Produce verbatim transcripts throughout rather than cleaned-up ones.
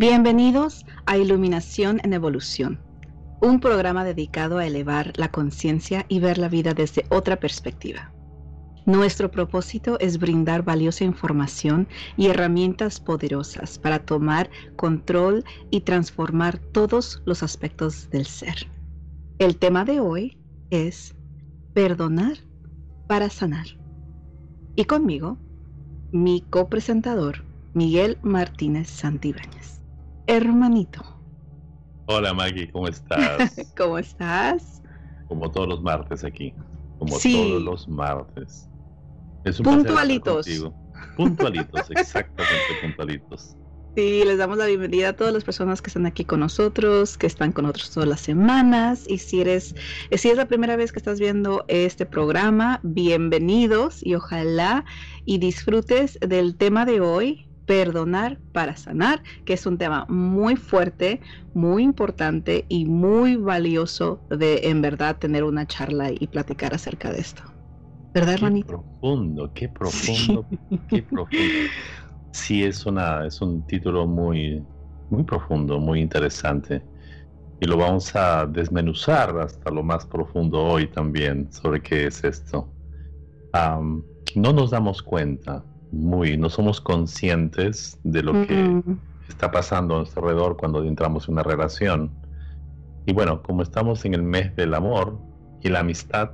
Bienvenidos a Iluminación en Evolución, un programa dedicado a elevar la conciencia y ver la vida desde otra perspectiva. Nuestro propósito es brindar valiosa información y herramientas poderosas para tomar control y transformar todos los aspectos del ser. El tema de hoy es perdonar para sanar. Y conmigo, mi copresentador, Miguel Martínez Santibáñez. Hermanito. Hola Maggie, ¿cómo estás? ¿Cómo estás? Como todos los martes aquí, como Sí. todos los martes. Es un Puntualitos. placer estar contigo. Puntualitos, exactamente puntualitos. Sí, les damos la bienvenida a todas las personas que están aquí con nosotros, que están con nosotros todas las semanas. Y si eres, si es la primera vez que estás viendo este programa, bienvenidos y ojalá y disfrutes del tema de hoy, perdonar para sanar, que es un tema muy fuerte, muy importante y muy valioso de en verdad tener una charla y platicar acerca de esto. ¿Verdad, hermanito? Qué profundo, qué profundo, sí. qué profundo. Sí, es una, es un título muy, muy profundo, muy interesante. Y lo vamos a desmenuzar hasta lo más profundo hoy también sobre qué es esto. Um, no nos damos cuenta, muy, no somos conscientes de lo que mm. está pasando a nuestro alrededor cuando entramos en una relación. Y bueno, como estamos en el mes del amor y la amistad,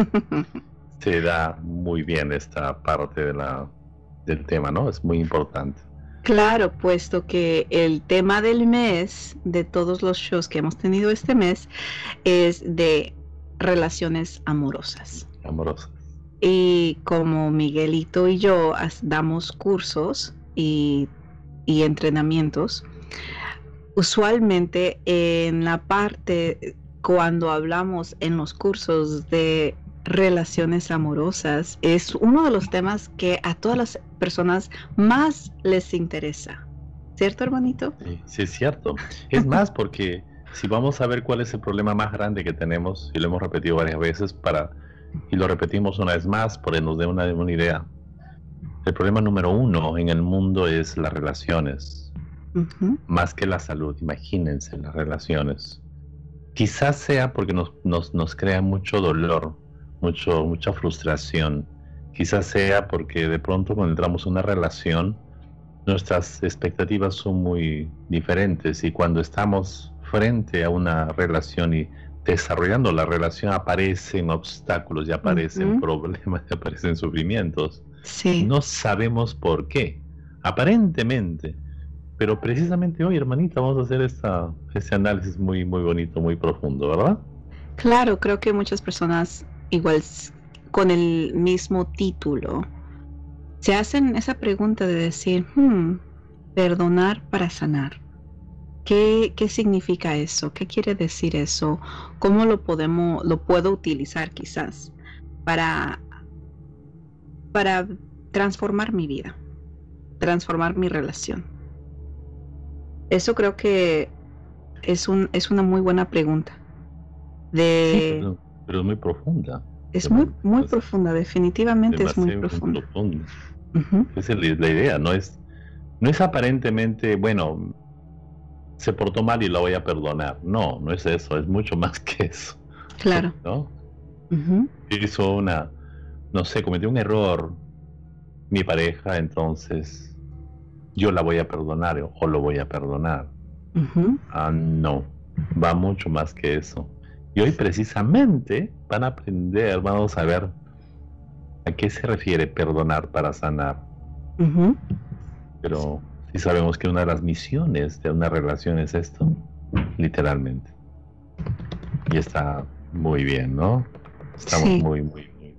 se da muy bien esta parte de la, del tema, ¿no? Es muy importante. Claro, puesto que el tema del mes, de todos los shows que hemos tenido este mes, es de relaciones amorosas. Amorosas. Y como Miguelito y yo damos cursos y, y entrenamientos, usualmente en la parte, cuando hablamos en los cursos de relaciones amorosas, es uno de los temas que a todas las personas más les interesa. ¿Cierto, hermanito? Sí, sí, es cierto. Es más, porque si vamos a ver cuál es el problema más grande que tenemos, y lo hemos repetido varias veces, para y lo repetimos una vez más, para que nos dé una, una idea. El problema número uno en el mundo es las relaciones, uh-huh. más que la salud. Imagínense las relaciones. Quizás sea porque nos, nos, nos crea mucho dolor, mucho, mucha frustración. Quizás sea porque de pronto cuando entramos en una relación, nuestras expectativas son muy diferentes, y cuando estamos frente a una relación y desarrollando la relación, aparecen obstáculos y aparecen uh-huh. problemas y aparecen sufrimientos. Sí. No sabemos por qué, aparentemente, pero precisamente hoy, hermanita, vamos a hacer esta, este análisis muy, muy bonito, muy profundo, ¿verdad? Claro, creo que muchas personas igual con el mismo título se hacen esa pregunta de decir, hmm, perdonar para sanar. ¿Qué, ¿Qué significa eso? ¿Qué quiere decir eso? ¿Cómo lo podemos, lo puedo utilizar quizás para, para transformar mi vida, transformar mi relación? Eso creo que es un, es una muy buena pregunta. De, sí, pero, pero es muy profunda. Es muy, muy profunda, definitivamente es muy profunda. profunda. Uh-huh. Esa es la idea, no es, no es aparentemente, bueno, se portó mal y la voy a perdonar. No, no es eso, es mucho más que eso. Claro. ¿No? Uh-huh. Hizo una, no sé, cometió un error mi pareja, entonces yo la voy a perdonar o lo voy a perdonar. Uh-huh. Ah, no, va mucho más que eso. Y hoy precisamente van a aprender, vamos a ver a qué se refiere perdonar para sanar. Uh-huh. Pero sí sabemos que una de las misiones de una relación es esto, literalmente. Y está muy bien, ¿no? Estamos sí. muy, muy, muy.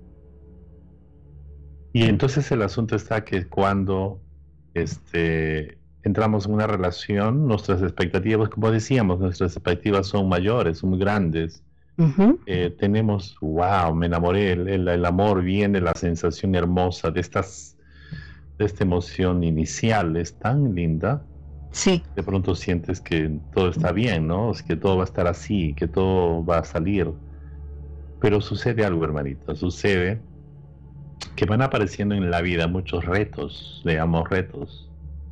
Y entonces el asunto está que cuando este, entramos en una relación, nuestras expectativas, como decíamos, nuestras expectativas son mayores, son muy grandes. Uh-huh. Eh, tenemos, wow, me enamoré, el, el, el amor viene, la sensación hermosa de estas de esta emoción inicial es tan linda. Sí. De pronto sientes que todo está bien, ¿no? Es que todo va a estar así, que todo va a salir. Pero sucede algo, hermanita, sucede que van apareciendo en la vida muchos retos, digamos retos,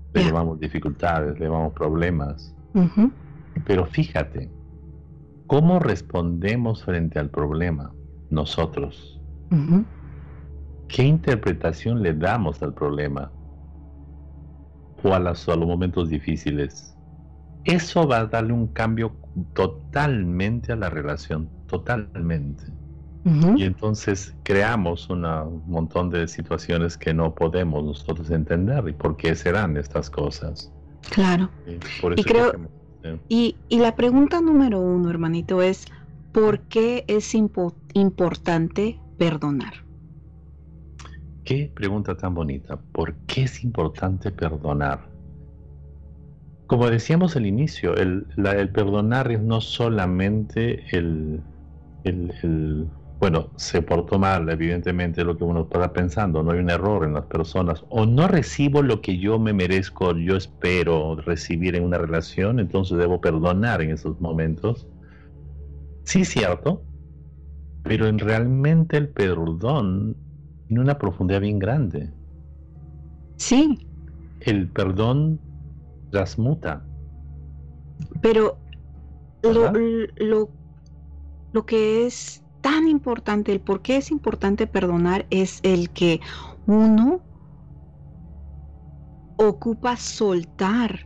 le Yeah. llamamos dificultades, le llamamos problemas. Ujú. Pero fíjate, ¿cómo respondemos frente al problema nosotros? Ujú. ¿Qué interpretación le damos al problema o a, las- a los momentos difíciles? Eso va a darle un cambio totalmente a la relación, totalmente. Ujú. Y entonces creamos una- un montón de situaciones que no podemos nosotros entender. ¿Y por qué serán estas cosas? Claro. Sí, por Y eso es lo creo, que me- eh, y, y la pregunta número uno, hermanito, es ¿por qué es impo- importante perdonar? Qué pregunta tan bonita. ¿Por qué es importante perdonar? Como decíamos al inicio, el, la- el perdonar es no solamente el, el- el- bueno, se portó mal, evidentemente, lo que uno está pensando, no hay un error en las personas, o no recibo lo que yo me merezco, yo espero recibir en una relación, entonces debo perdonar en esos momentos. Sí, cierto, pero en realmente el perdón tiene una profundidad bien grande. Sí, El perdón transmuta, pero lo, ¿verdad? lo, lo que es tan importante, el por qué es importante perdonar es el que uno ocupa soltar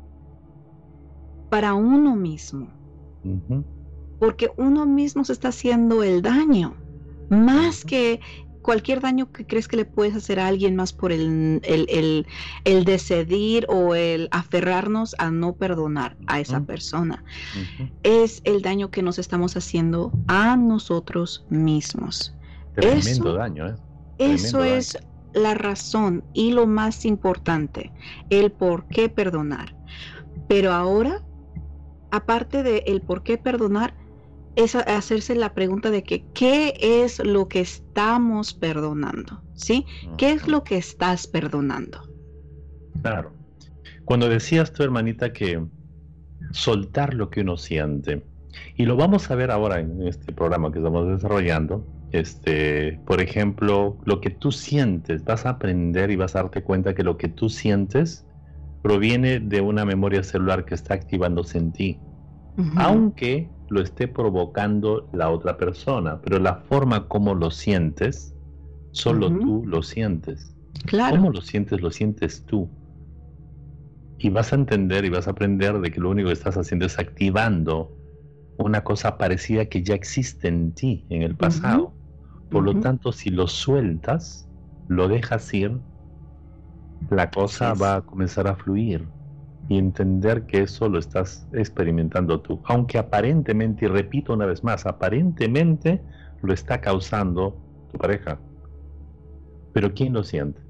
para uno mismo, Ujú. porque uno mismo se está haciendo el daño, más Ujú. que cualquier daño que crees que le puedes hacer a alguien más por el, el, el, el decidir o el aferrarnos a no perdonar a esa Ujú. persona. Ujú. Es el daño que nos estamos haciendo a nosotros mismos. Tremendo Eso, daño, ¿eh? eso Tremendo daño. es la razón y lo más importante, el por qué perdonar. Pero ahora, aparte de el por qué perdonar, es a- hacerse la pregunta de que qué es lo que estamos perdonando, ¿sí? ¿Qué es Ujú. lo que estás perdonando? Claro. Cuando decías tú, hermanita, que soltar lo que uno siente, y lo vamos a ver ahora en este programa que estamos desarrollando, este, por ejemplo, lo que tú sientes, vas a aprender y vas a darte cuenta que lo que tú sientes proviene de una memoria celular que está activándose en ti, Ujú. aunque lo esté provocando la otra persona, pero la forma como lo sientes, solo Ujú. tú lo sientes. Claro. ¿Cómo lo sientes? Lo sientes tú. Y vas a entender y vas a aprender de que lo único que estás haciendo es activando una cosa parecida que ya existe en ti, en el pasado. Por lo Ujú. tanto, si lo sueltas, lo dejas ir, la cosa Así es. va a comenzar a fluir y entender que eso lo estás experimentando tú. Aunque aparentemente, y repito una vez más, aparentemente lo está causando tu pareja. Pero ¿quién lo siente?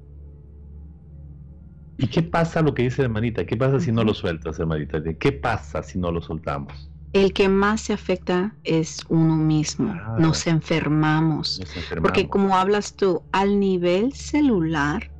¿Y qué pasa lo que dice hermanita? ¿Qué pasa si no Ujú. lo sueltas, hermanita? ¿Qué pasa si no lo soltamos? El que más se afecta es uno mismo. Claro. Nos enfermamos. Nos enfermamos. Porque como hablas tú, al nivel celular,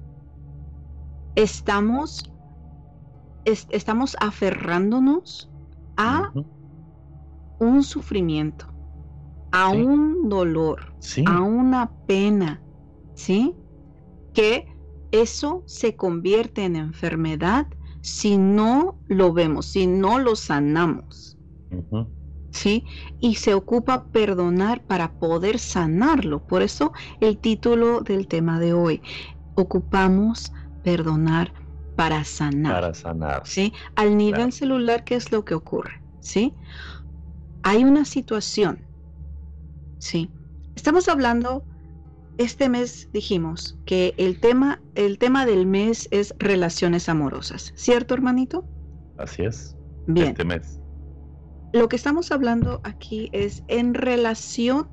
estamos, es- estamos aferrándonos a Ujú. un sufrimiento, a Sí. un dolor, Sí. a una pena, ¿sí? Que eso se convierte en enfermedad si no lo vemos, si no lo sanamos. Ujú. ¿Sí? Y se ocupa perdonar para poder sanarlo. Por eso el título del tema de hoy, ocupamos perdonar para sanar. Para sanar. ¿Sí? Al nivel Claro. celular, ¿qué es lo que ocurre? ¿Sí? Hay una situación. ¿Sí? Estamos hablando, este mes dijimos que el tema, el tema del mes es relaciones amorosas. ¿Cierto, hermanito? Así es. Bien. Este mes. Lo que estamos hablando aquí es en relación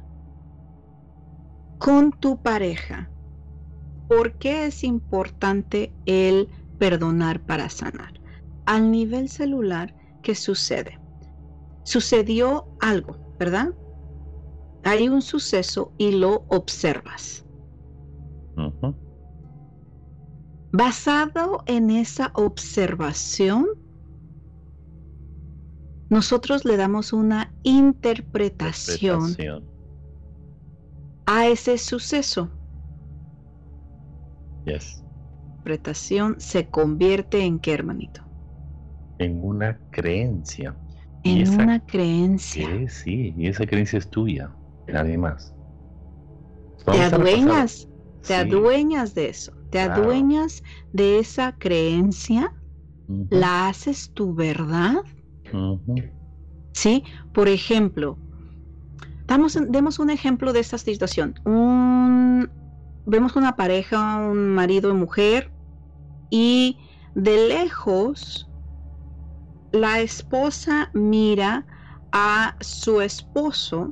con tu pareja. ¿Por qué es importante el perdonar para sanar? Al nivel celular, ¿qué sucede? Sucedió algo, ¿verdad? Hay un suceso y lo observas. Ujú. Basado en esa observación, nosotros le damos una interpretación Interpretación. a ese suceso. Yes. interpretación se convierte en qué, hermanito? En una creencia. En esa, una creencia. Sí, sí, y esa creencia es tuya, nadie más. Te adueñas, te sí. adueñas de eso, te claro. adueñas de esa creencia, uh-huh. la haces tu verdad. Uh-huh. ¿Sí? Por ejemplo, damos, demos un ejemplo de esta situación. Un, vemos una pareja, un marido y mujer, y de lejos la esposa mira a su esposo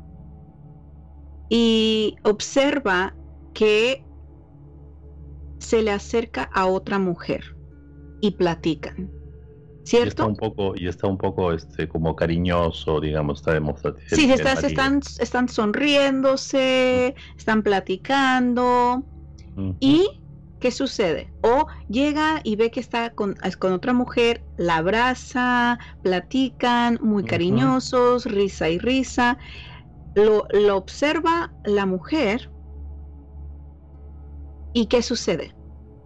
y observa que se le acerca a otra mujer y platican, ¿cierto? Y está un poco, y está un poco este, como cariñoso, digamos, está demostrativo. Sí, está, están, están sonriéndose, uh-huh. están platicando, uh-huh. y ¿qué sucede? O llega y ve que está con, con otra mujer, la abraza, platican, muy cariñosos, uh-huh. risa y risa. Lo, lo observa la mujer. ¿Y qué sucede?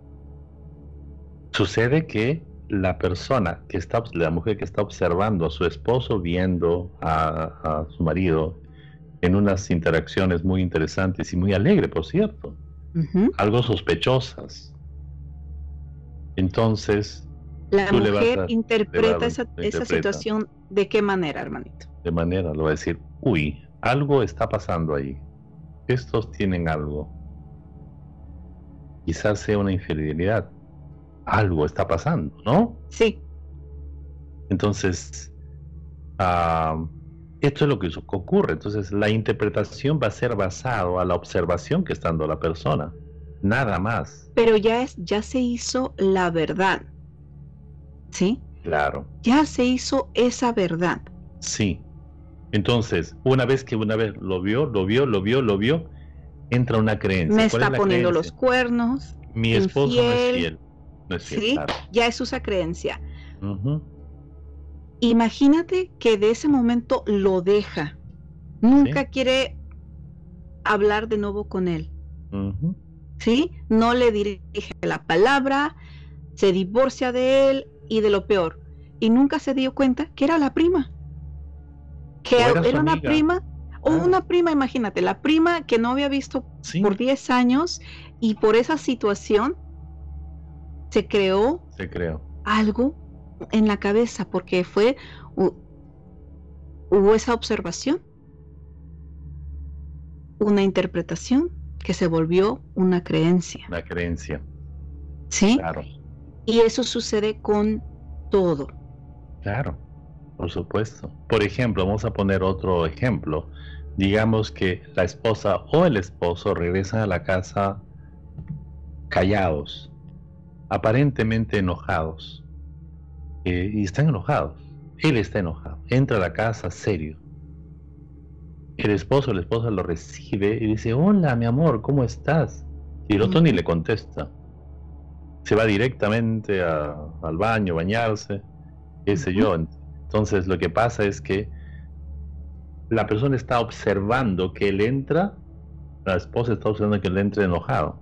Sucede que la persona que está, la mujer que está observando a su esposo viendo a, a su marido en unas interacciones muy interesantes y muy alegres, por cierto, uh-huh. algo sospechosas. Entonces, la mujer a, interpreta esa, interpreta esa situación ¿de qué manera, hermanito? De manera, lo va a decir, uy, algo está pasando ahí. Estos tienen algo. Quizás sea una infidelidad. Algo está pasando, ¿no? Sí. Entonces, uh, esto es lo que ocurre. Entonces, la interpretación va a ser basado a la observación que está dando la persona. Nada más. Pero ya es, ya se hizo la verdad. ¿Sí? Claro. Ya se hizo esa verdad. Sí. Entonces, una vez que una vez lo vio, lo vio, lo vio, lo vio, entra una creencia. Me está poniendo creencia? los cuernos. Mi esposo infiel. no es fiel. No es fiel, sí, claro. Ya es esa creencia. Uh-huh. Imagínate que de ese momento lo deja. Nunca ¿Sí? quiere hablar de nuevo con él. Uh-huh. ¿Sí? No le dirige la palabra, se divorcia de él y de lo peor. Y nunca se dio cuenta que era la prima. Que era, era una prima, o ah. una prima, imagínate, la prima que no había visto ¿Sí? por diez años y por esa situación se creó, se creó algo en la cabeza porque fue, uh, hubo esa observación, una interpretación que se volvió una creencia. Una creencia. ¿Sí? Claro. Y eso sucede con todo. Claro. Por supuesto. Por ejemplo, vamos a poner otro ejemplo. Digamos que la esposa o el esposo regresan a la casa callados, aparentemente enojados. Eh, y están enojados. Él está enojado. Entra a la casa serio. El esposo o la esposa lo recibe y dice, hola, mi amor, ¿cómo estás? Y el otro uh-huh. ni le contesta. Se va directamente a, al baño, bañarse, qué sé uh-huh. yo. Entonces lo que pasa es que la persona está observando que él entra, la esposa está observando que él entre enojado.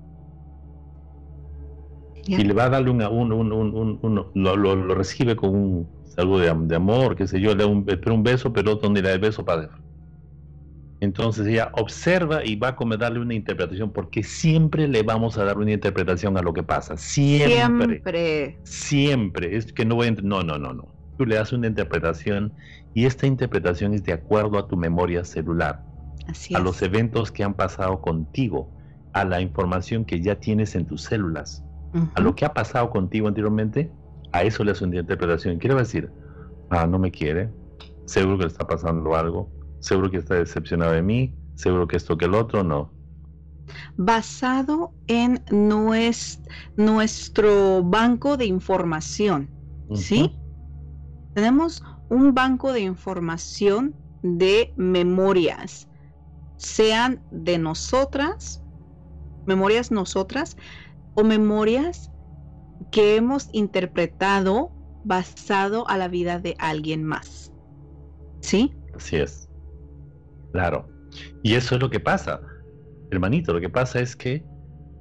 Yeah. Y le va a darle una, un, un, un, un, un lo, lo, lo recibe con un algo de, de amor, qué sé yo, le da un, un beso, pero otro ni le da el beso para adentro. Entonces ella observa y va a como darle una interpretación, porque siempre le vamos a dar una interpretación a lo que pasa. Siempre. Siempre. Siempre. Es que no voy a... No, no, no, no. Tú le das una interpretación y esta interpretación es de acuerdo a tu memoria celular, Así a es. los eventos que han pasado contigo, a la información que ya tienes en tus células, uh-huh. a lo que ha pasado contigo anteriormente, a eso le das una interpretación. Quiere decir, ah, no me quiere, seguro que le está pasando algo, seguro que está decepcionado de mí, seguro que esto que el otro, no. Basado en nues, nuestro banco de información, uh-huh. ¿sí? Tenemos un banco de información de memorias, sean de nosotras, memorias nosotras, o memorias que hemos interpretado basado a la vida de alguien más. ¿Sí? Así es. Claro. Y eso es lo que pasa, hermanito. Lo que pasa es que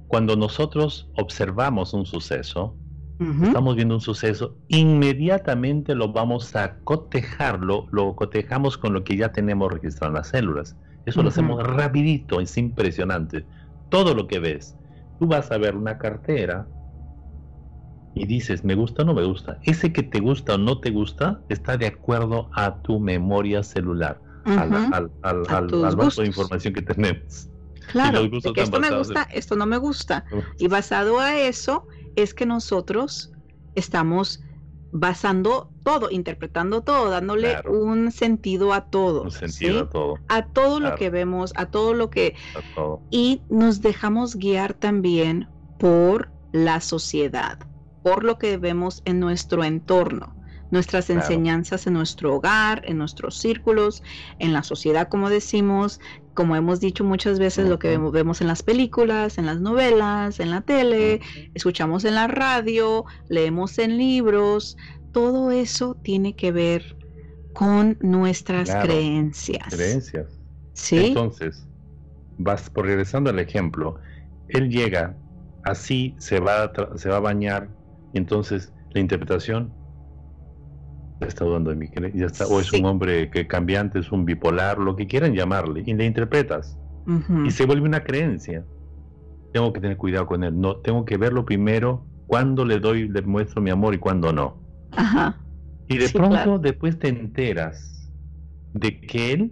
Cuando nosotros observamos un suceso, Ujú. estamos viendo un suceso, inmediatamente lo vamos a cotejarlo, lo cotejamos con lo que ya tenemos registrado en las células. Eso lo Ujú. hacemos rapidito, es impresionante. Todo lo que ves, tú vas a ver una cartera y dices, ¿me gusta o no me gusta? Ese que te gusta o no te gusta está de acuerdo a tu memoria celular, a la- Ujú. al, al, A al, tus al banco gustos. de información que tenemos. Y Claro, los de gustos que están esto me basados en- gusta, esto no me gusta. Y basado a eso es que nosotros estamos basando todo, interpretando todo, dándole Claro. un sentido a todo, un sentido ¿sí? a todo, A todo lo Claro. que vemos, a todo lo que... a todo. Y nos dejamos guiar también por la sociedad, por lo que vemos en nuestro entorno, nuestras Claro. enseñanzas en nuestro hogar, en nuestros círculos, en la sociedad, como decimos, como hemos dicho muchas veces, lo que Ujú. vemos, vemos en las películas, en las novelas, en la tele, escuchamos en la radio, leemos en libros, todo eso tiene que ver con nuestras Claro, creencias. Creencias. ¿Sí? Entonces, vas por regresando al ejemplo, él llega, así se va a, tra- se va a bañar, y entonces la interpretación ya está dudando de mí, que le- ya está, o es Sí. un hombre que cambiante, es un bipolar, lo que quieran llamarle, y le interpretas, Ujú. y se vuelve una creencia. Tengo que tener cuidado con él, no, tengo que verlo primero, cuando le doy, le muestro mi amor y cuando no. Ajá. Y de Sí, pronto claro. después te enteras de que él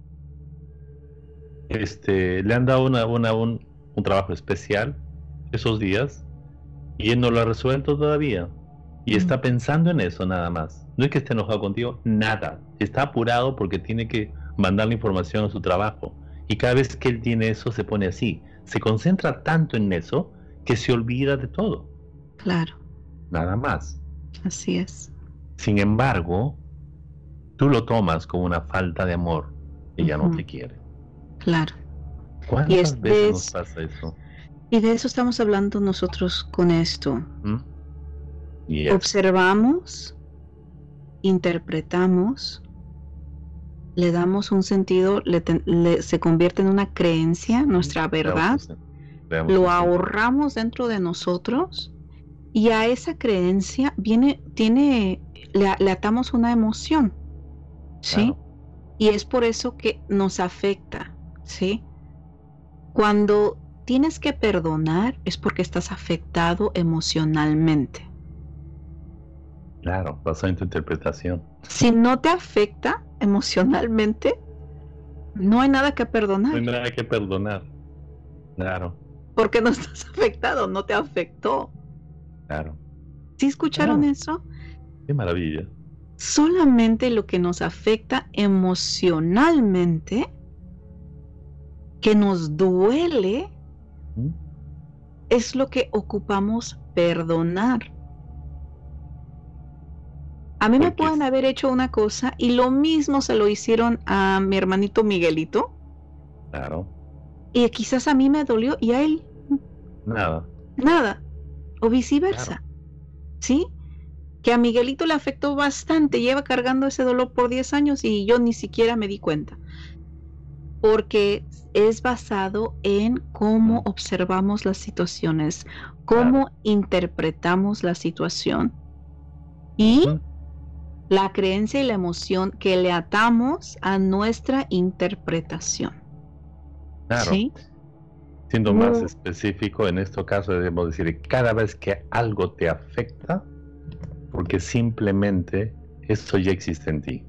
este, le han dado una, una, un, un trabajo especial esos días y él no lo ha resuelto todavía. Y Mm. está pensando en eso nada más. No es que esté enojado contigo, nada. Está apurado porque tiene que mandar la información a su trabajo. Y cada vez que él tiene eso se pone así. Se concentra tanto en eso que se olvida de todo. Claro, Nada más. así es. Sin embargo, tú lo tomas como una falta de amor. Ella no Ujú. te quiere. Claro. ¿Cuántas es- veces es- nos pasa eso? Y de eso estamos hablando nosotros con esto. ¿Mm? Yes. Observamos, interpretamos, le damos un sentido, le ten- le- se convierte en una creencia, nuestra verdad, Veamos un- veamos lo un- ahorramos dentro de nosotros y a esa creencia viene, tiene, le, le atamos una emoción, ¿sí? Claro. Y es por eso que nos afecta, ¿sí? Cuando tienes que perdonar es porque estás afectado emocionalmente. Claro, basado en tu interpretación. Si no te afecta emocionalmente, no hay nada que No hay perdonar, nada que perdonar. Claro, porque no estás afectado, no te afectó. claro. ¿Sí escucharon Claro. eso? Qué maravilla. Solamente lo que nos afecta emocionalmente, que nos duele, ¿Mm? es lo que ocupamos perdonar. A mí me Porque pueden es- haber hecho una cosa y lo mismo se lo hicieron a mi hermanito Miguelito Claro. y quizás a mí me dolió y a él Nada. nada, o viceversa, ¿sí? Que a Miguelito le afectó bastante, lleva cargando ese dolor por diez años y yo ni siquiera me di cuenta, porque es basado en cómo Ujú. observamos las situaciones, cómo interpretamos la situación y Ujú. la creencia y la emoción que le atamos a nuestra interpretación. Claro. ¿Sí? Siendo más Muy- específico, en este caso debemos decir, cada vez que algo te afecta, porque simplemente eso ya existe en ti.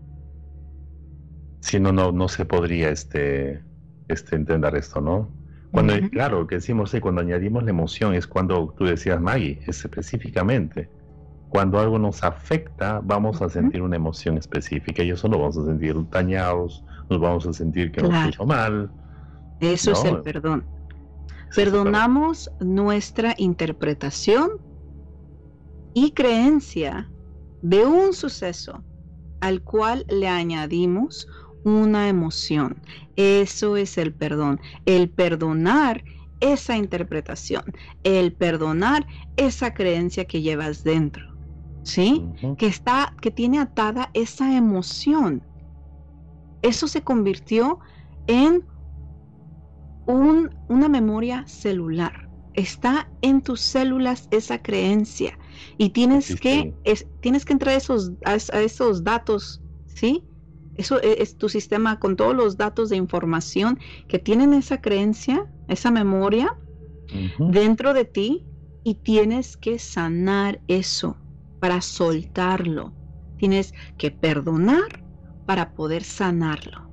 Si no, no, no se podría este, este, entender esto, ¿no? Cuando, Ujú. Claro, que decimos, eh, cuando añadimos la emoción, es cuando tú decías, Maggie, es específicamente. Cuando algo nos afecta, vamos a Ujú. sentir una emoción específica y eso nos vamos a sentir dañados, nos vamos a sentir que Claro. nos hizo mal. Eso es No, el perdón. Eso es Perdonamos nuestra interpretación y creencia de un suceso al cual le añadimos una emoción. Eso es el perdón. El perdonar esa interpretación, el perdonar esa creencia que llevas dentro, ¿sí? Ujú. Que está, que tiene atada esa emoción. Eso se convirtió en un, una memoria celular. está en tus células esa creencia y tienes Sí, que sí. es, tienes que entrar a esos a, a esos datos, ¿sí? Eso es, es tu sistema con todos los datos de información que tienen esa creencia, esa memoria Ujú. dentro de ti, y tienes que sanar eso para soltarlo. Tienes que perdonar para poder sanarlo.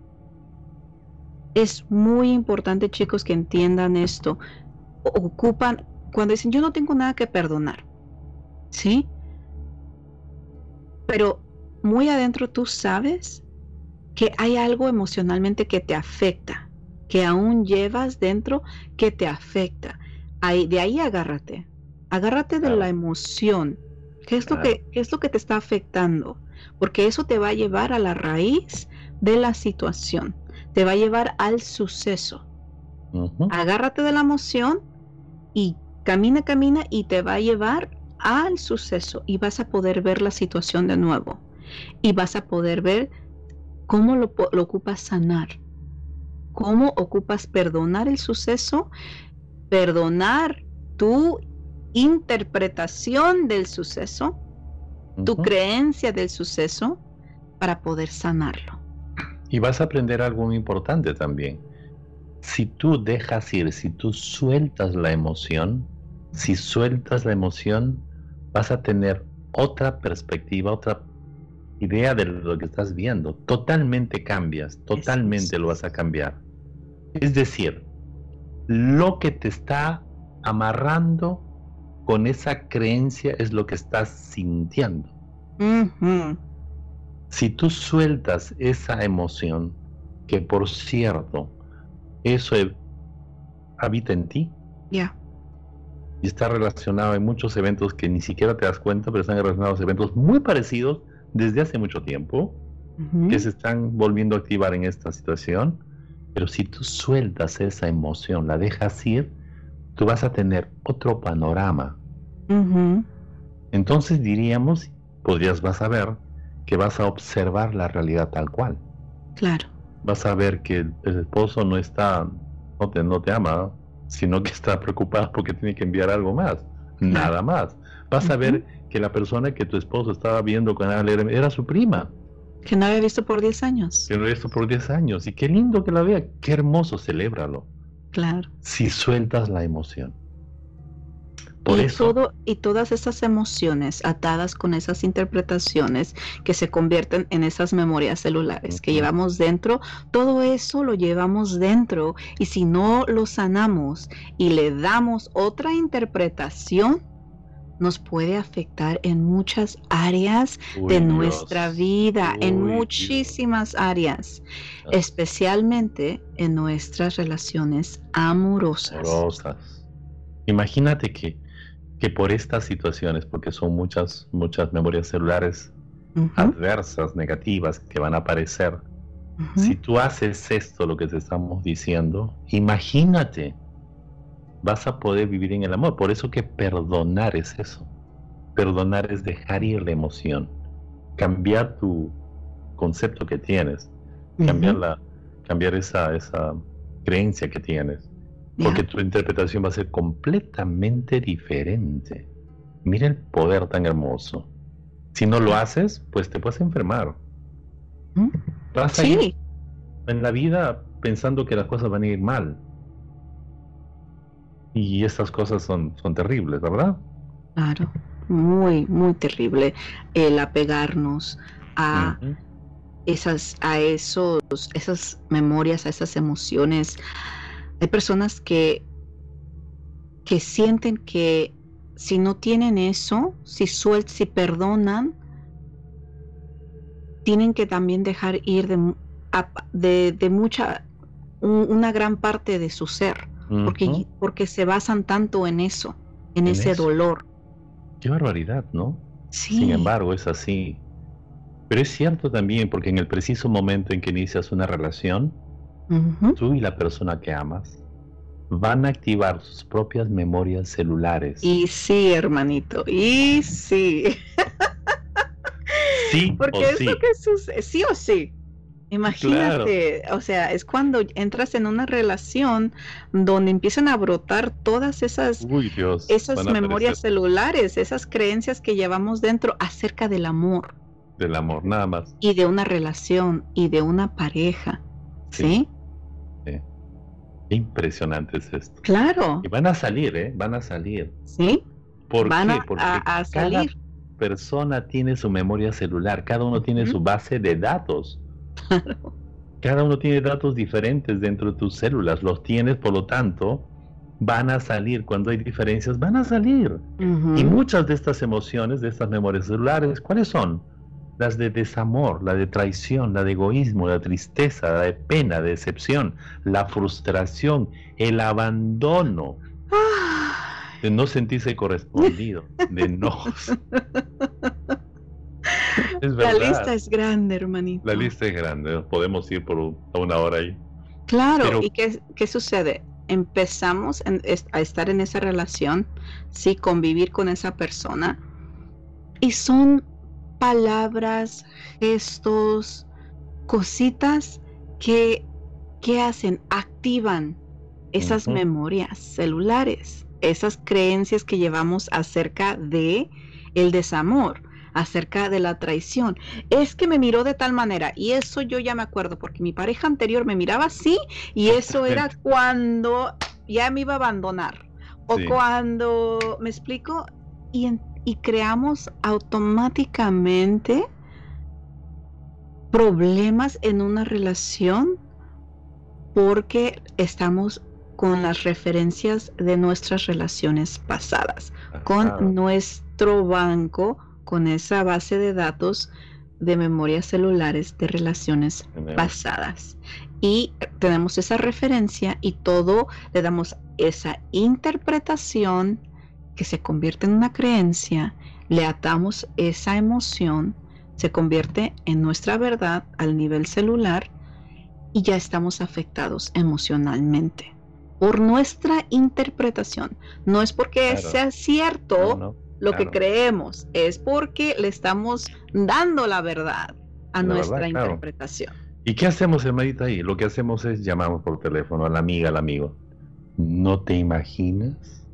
Es muy importante, chicos, que entiendan esto. Ocupan, cuando dicen yo no tengo nada que perdonar, ¿sí? Pero muy adentro tú sabes que hay algo emocionalmente que te afecta, que aún llevas dentro que te afecta. Ahí, de ahí agárrate. Agárrate de Claro. la emoción. ¿Qué es lo Claro. que, qué es lo que te está afectando? Porque eso te va a llevar a la raíz de la situación. Te va a llevar al suceso. Ujú. Agárrate de la emoción y camina, camina y te va a llevar al suceso y vas a poder ver la situación de nuevo y vas a poder ver cómo lo, po- lo ocupas sanar, cómo ocupas perdonar el suceso, perdonar tu interpretación del suceso, tu Ujú. creencia del suceso para poder sanarlo. Y vas a aprender algo muy importante también. Si tú dejas ir, si tú sueltas la emoción, si sueltas la emoción, vas a tener otra perspectiva, otra idea de lo que estás viendo. Totalmente cambias, totalmente lo vas a cambiar. Es decir, lo que te está amarrando con esa creencia es lo que estás sintiendo. Ujú. Si tú sueltas esa emoción, que por cierto, eso e- habita en ti Ya. y está relacionado en muchos eventos que ni siquiera te das cuenta, pero están relacionados a eventos muy parecidos desde hace mucho tiempo, Ujú. que se están volviendo a activar en esta situación. Pero si tú sueltas esa emoción, la dejas ir, tú vas a tener otro panorama. Ujú. Entonces diríamos, podrías, vas a ver que vas a observar la realidad tal cual. Claro. Vas a ver que el esposo no está, no te, no te ama, sino que está preocupado porque tiene que enviar algo más, nada más. Vas a Ujú. ver que la persona que tu esposo estaba viendo con él era, era su prima, Que no había visto por diez años. que lo había visto por diez años, y qué lindo que la vea, qué hermoso, celébralo, Claro. si sueltas la emoción. Por y eso, todo y todas esas emociones atadas con esas interpretaciones que se convierten en esas memorias celulares que Ujú. llevamos dentro, todo eso lo llevamos dentro, y si no lo sanamos y le damos otra interpretación, nos puede afectar en muchas áreas uy, de Dios, nuestra vida, en uy, Dios, muchísimas áreas, especialmente en nuestras relaciones amorosas. amorosas. Imagínate que, que por estas situaciones, porque son muchas, muchas memorias celulares Ujú, adversas, negativas, que van a aparecer, ujú. si tú haces esto, lo que te estamos diciendo, imagínate, vas a poder vivir en el amor. Por eso que perdonar es eso. Perdonar es dejar ir la emoción, cambiar tu concepto que tienes, cambiar, Ujú. la, cambiar esa, esa creencia que tienes, Ya. porque tu interpretación va a ser completamente diferente. Mira el poder tan hermoso. Si no lo Ya. haces, pues te puedes enfermar. ¿Mm? Vas a ir Sí, en la vida pensando que las cosas van a ir mal. Y estas cosas son, son terribles, ¿verdad? claro, muy, muy terrible el apegarnos a Ujú. esas, a esos, esas memorias, a esas emociones. Hay personas que, que sienten que si no tienen eso, si suel- si perdonan, tienen que también dejar ir de, mu- a- de, de mucha, un- una gran parte de su ser, porque, Ujú. porque se basan tanto en eso, en En ese eso. dolor. Qué barbaridad, ¿no? Sí. Sin embargo, es así. Pero es cierto también, porque en el preciso momento en que inicias una relación, Ujú. tú y la persona que amas van a activar sus propias memorias celulares. Y sí, hermanito, y sí. Sí Porque o es sí. lo que sucede, sí o sí. Imagínate, claro. O sea, es cuando entras en una relación donde empiezan a brotar todas esas, Uy, Dios, esas memorias celulares, esas creencias que llevamos dentro acerca del amor. Del amor, nada más. Y de una relación y de una pareja, ¿sí? Sí. sí. Qué impresionante es esto. Claro. Y van a salir, ¿eh? Van a salir. Sí. ¿Por van qué? A, Porque a, a salir. Cada persona tiene su memoria celular, cada uno tiene uh-huh. su base de datos. Claro. Cada uno tiene datos diferentes dentro de tus células, los tienes, por lo tanto, van a salir. Cuando hay diferencias, van a salir. Uh-huh. Y muchas de estas emociones, de estas memorias celulares, ¿cuáles son? Las de desamor, la de traición, la de egoísmo, la tristeza, la de pena, de decepción, la frustración, el abandono, de no sentirse correspondido, de enojos. Es verdad. La lista es grande, hermanito. La lista es grande, podemos ir por una hora ahí. Claro, Pero, ¿y qué, qué sucede? Empezamos en, a estar en esa relación, sí, convivir con esa persona, y son palabras, gestos, cositas que, que hacen, activan esas uh-huh. memorias celulares, esas creencias que llevamos acerca de el desamor, acerca de la traición. Es que me miró de tal manera, y eso yo ya me acuerdo, porque mi pareja anterior me miraba así, y eso era cuando ya me iba a abandonar, o sí. cuando, ¿me explico? Y, en, y creamos automáticamente problemas en una relación porque estamos con las referencias de nuestras relaciones pasadas, con ah. nuestro banco, con esa base de datos de memorias celulares de relaciones Bien. pasadas. Y tenemos esa referencia y todo le damos esa interpretación que se convierte en una creencia, le atamos esa emoción, se convierte en nuestra verdad al nivel celular y ya estamos afectados emocionalmente por nuestra interpretación. No es porque claro. sea cierto no, no, lo claro. que creemos, es porque le estamos dando la verdad a la nuestra verdad, interpretación. Claro. ¿Y qué hacemos, hermanita, ahí? Lo que hacemos es llamamos por teléfono a la amiga, al amigo. ¿No te imaginas?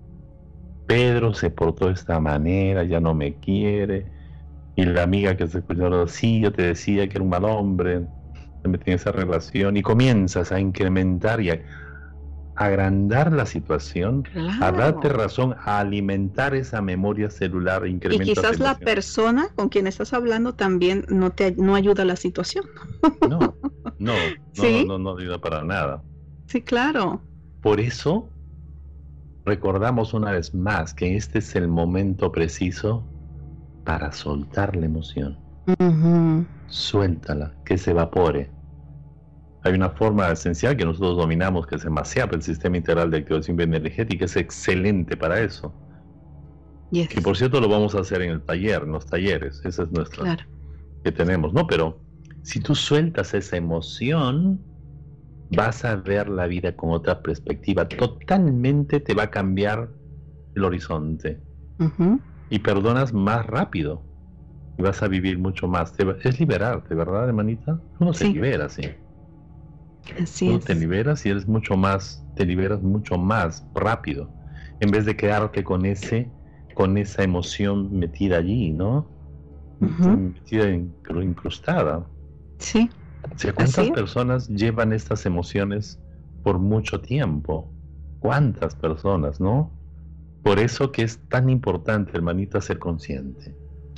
Pedro se portó de esta manera, ya no me quiere. Y la amiga que se escuchó, sí, yo te decía que era un mal hombre, se metí en esa relación. Y comienzas a incrementar y a agrandar la situación, claro. a darte razón, a alimentar esa memoria celular. Y quizás la persona con quien estás hablando también no te no ayuda a la situación. No, no, no, ¿Sí? no, no, no ayuda para nada. Sí, claro. Por eso, recordamos una vez más que este es el momento preciso para soltar la emoción. Uh-huh. Suéltala, que se evapore. Hay una forma esencial que nosotros dominamos, que es el MASEAP, el Sistema Integral de Activación Bioenergética, es excelente para eso. Yes. Que por cierto lo vamos a hacer en el taller, en los talleres, esa es nuestra claro. que tenemos, ¿no? Pero si tú sueltas esa emoción, vas a ver la vida con otra perspectiva, totalmente te va a cambiar el horizonte. Uh-huh. Y perdonas más rápido, y vas a vivir mucho más. Te, es liberarte, ¿verdad, hermanita? Uno se sí. libera, sí. Así Tú es. te liberas y eres mucho más, te liberas mucho más rápido, en vez de quedarte con ese, con esa emoción metida allí, ¿no? Uh-huh. Metida, incrustada. Sí. O sea, ¿cuántas personas llevan estas emociones por mucho tiempo? ¿Cuántas personas, no? Por eso que es tan importante, hermanita, ser consciente.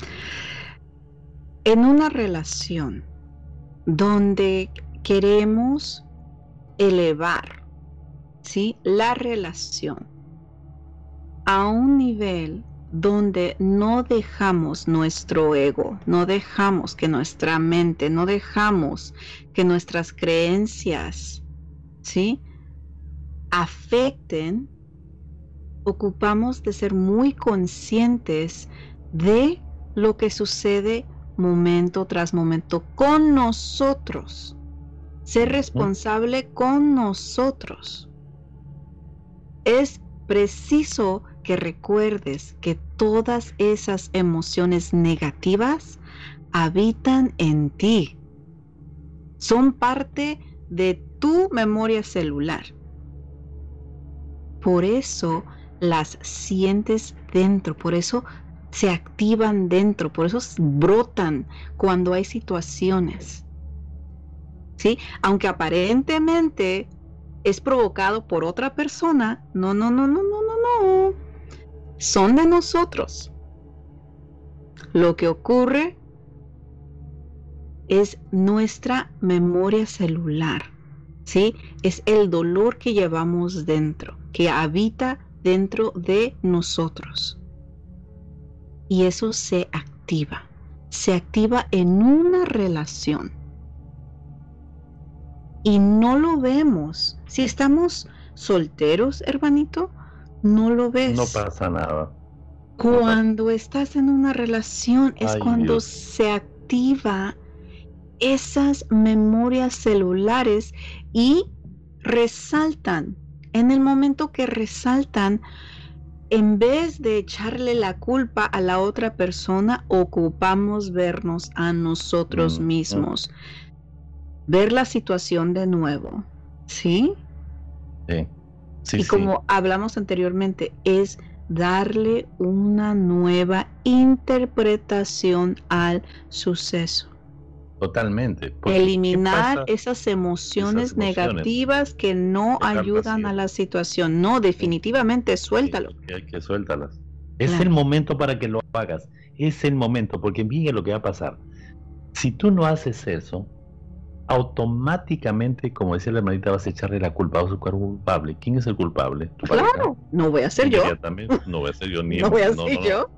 En una relación donde queremos elevar, ¿sí?, la relación a un nivel donde no dejamos nuestro ego, no dejamos que nuestra mente, no dejamos que nuestras creencias, ¿sí?, afecten, ocupamos de ser muy conscientes de lo que sucede momento tras momento con nosotros. Ser responsable con nosotros. Es preciso que recuerdes que todas esas emociones negativas habitan en ti. Son parte de tu memoria celular. Por eso las sientes dentro, por eso se activan dentro, por eso brotan cuando hay situaciones. ¿Sí? Aunque aparentemente es provocado por otra persona, no, no, no, no, no, no, no. Son de nosotros. Lo que ocurre es nuestra memoria celular, ¿sí? Es el dolor que llevamos dentro, que habita dentro de nosotros. Y eso se activa, se activa en una relación. Y no lo vemos. Si estamos solteros, hermanito, no lo ves. No pasa nada. Cuando estás en una relación es Ay, cuando Dios. se activa esas memorias celulares y resaltan. En el momento que resaltan, en vez de echarle la culpa a la otra persona, ocupamos vernos a nosotros Mm, mismos. Ver la situación de nuevo, ¿sí? Sí. Sí, Y sí. como hablamos anteriormente, es darle una nueva interpretación al suceso. Totalmente. Porque, Eliminar ¿qué pasa? esas emociones, Esas emociones. negativas que no Dejarlas ayudan ir. a la situación. No, definitivamente, suéltalo. Sí, que hay que suéltalas. Es Claro. el momento para que lo hagas. Es el momento, porque mire lo que va a pasar. Si tú no haces eso, automáticamente, como decía la hermanita, vas a echarle la culpa a su culpable. ¿Quién es el culpable? ¿Tu pareja? Claro, no voy a ser yo. Inmediatamente. No voy a ser yo ni No voy a no, ser no, no. yo.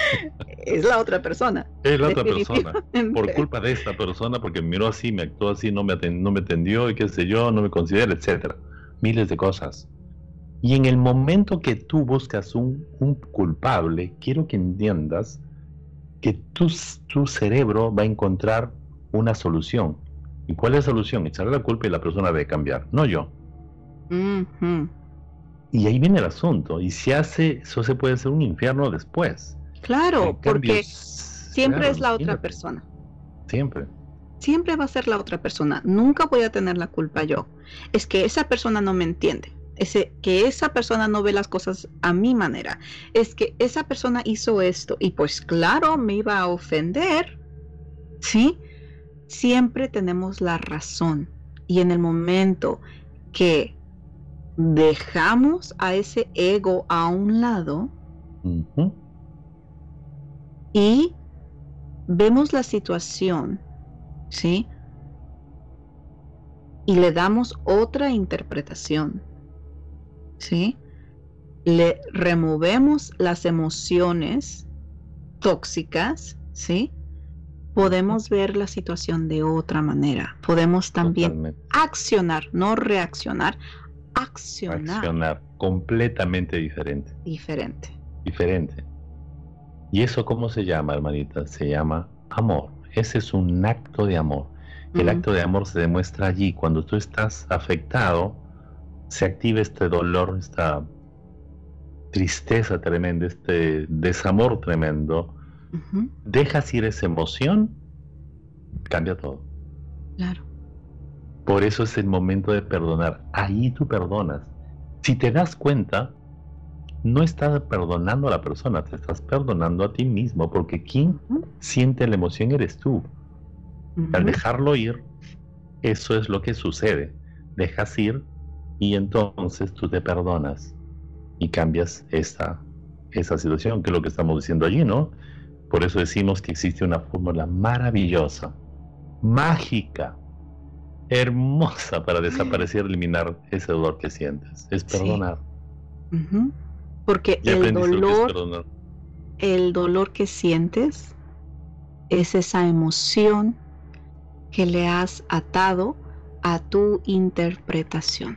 Es la otra persona. Es la otra persona. Por Definitivamente. culpa de esta persona, porque me miró así, me actuó así, no me, aten- no me atendió y qué sé yo, no me considera, etcétera. Miles de cosas. Y en el momento que tú buscas un, un culpable, quiero que entiendas que tu, tu cerebro va a encontrar una solución. ¿Y cuál es la solución? Echarle la culpa y la persona debe cambiar, no yo. Ujú. Y ahí viene el asunto. Y si hace, eso se puede hacer un infierno después. Claro, En cambio, porque s- siempre claro, es la otra imagínate. persona. Siempre. Siempre va a ser la otra persona. Nunca voy a tener la culpa yo. Es que esa persona no me entiende. Ese, que esa persona no ve las cosas a mi manera. Es que esa persona hizo esto y pues claro, me iba a ofender. ¿Sí? Siempre tenemos la razón. Y en el momento que dejamos a ese ego a un lado Ujú. y vemos la situación, ¿sí? Y le damos otra interpretación, ¿sí? Le removemos las emociones tóxicas, ¿sí? Podemos ver la situación de otra manera. Podemos también Totalmente. accionar, no reaccionar, accionar Accionar completamente diferente. diferente. Diferente. ¿Y eso cómo se llama, hermanita? Se llama amor. Ese es un acto de amor. El Mm. acto de amor se demuestra allí. Cuando tú estás afectado, se activa este dolor, esta tristeza tremenda, este desamor tremendo. Ujú, Dejas ir esa emoción, cambia todo. claro. Por eso es el momento de perdonar. Ahí tú perdonas. Si te das cuenta, no estás perdonando a la persona, te estás perdonando a ti mismo, porque quien Ujú, siente la emoción eres tú. Al ujú. dejarlo ir, eso es lo que sucede. Dejas ir y entonces tú te perdonas y cambias esta, esa situación, que es lo que estamos diciendo allí, ¿no? Por eso decimos que existe una fórmula maravillosa, mágica, hermosa para desaparecer, eliminar ese dolor que sientes. Es Sí. perdonar. Ujú. Porque Ya el aprendiste lo que es dolor, perdonar. el dolor que sientes es esa emoción que le has atado a tu interpretación.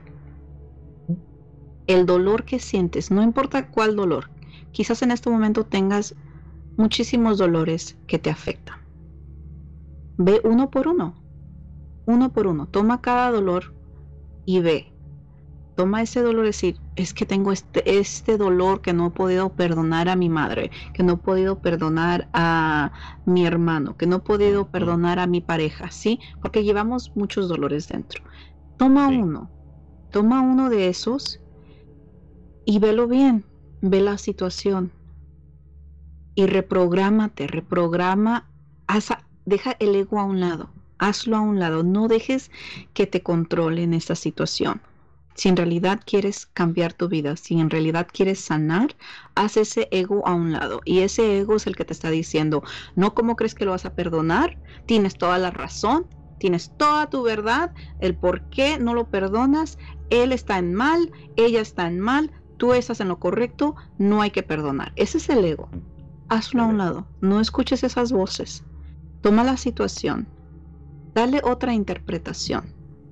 El dolor que sientes, no importa cuál dolor, quizás en este momento tengas muchísimos dolores que te afectan. Ve uno por uno, uno por uno, toma cada dolor y ve Toma ese dolor y decir, es que tengo este, este dolor que no he podido perdonar a mi madre, que no he podido perdonar a mi hermano, que no he podido perdonar a mi pareja, ¿sí? Porque llevamos muchos dolores dentro. Toma sí. uno, toma uno de esos y velo bien, ve la situación y reprográmate, reprograma, haz, deja el ego a un lado, hazlo a un lado, no dejes que te controle en esta situación. Si en realidad quieres cambiar tu vida, si en realidad quieres sanar, haz ese ego a un lado. Y ese ego es el que te está diciendo, no, ¿cómo crees que lo vas a perdonar? Tienes toda la razón, tienes toda tu verdad, el por qué no lo perdonas, él está en mal, ella está en mal, tú estás en lo correcto, no hay que perdonar. Ese es el ego. Hazlo a un lado, no escuches esas voces. Toma la situación, dale otra interpretación.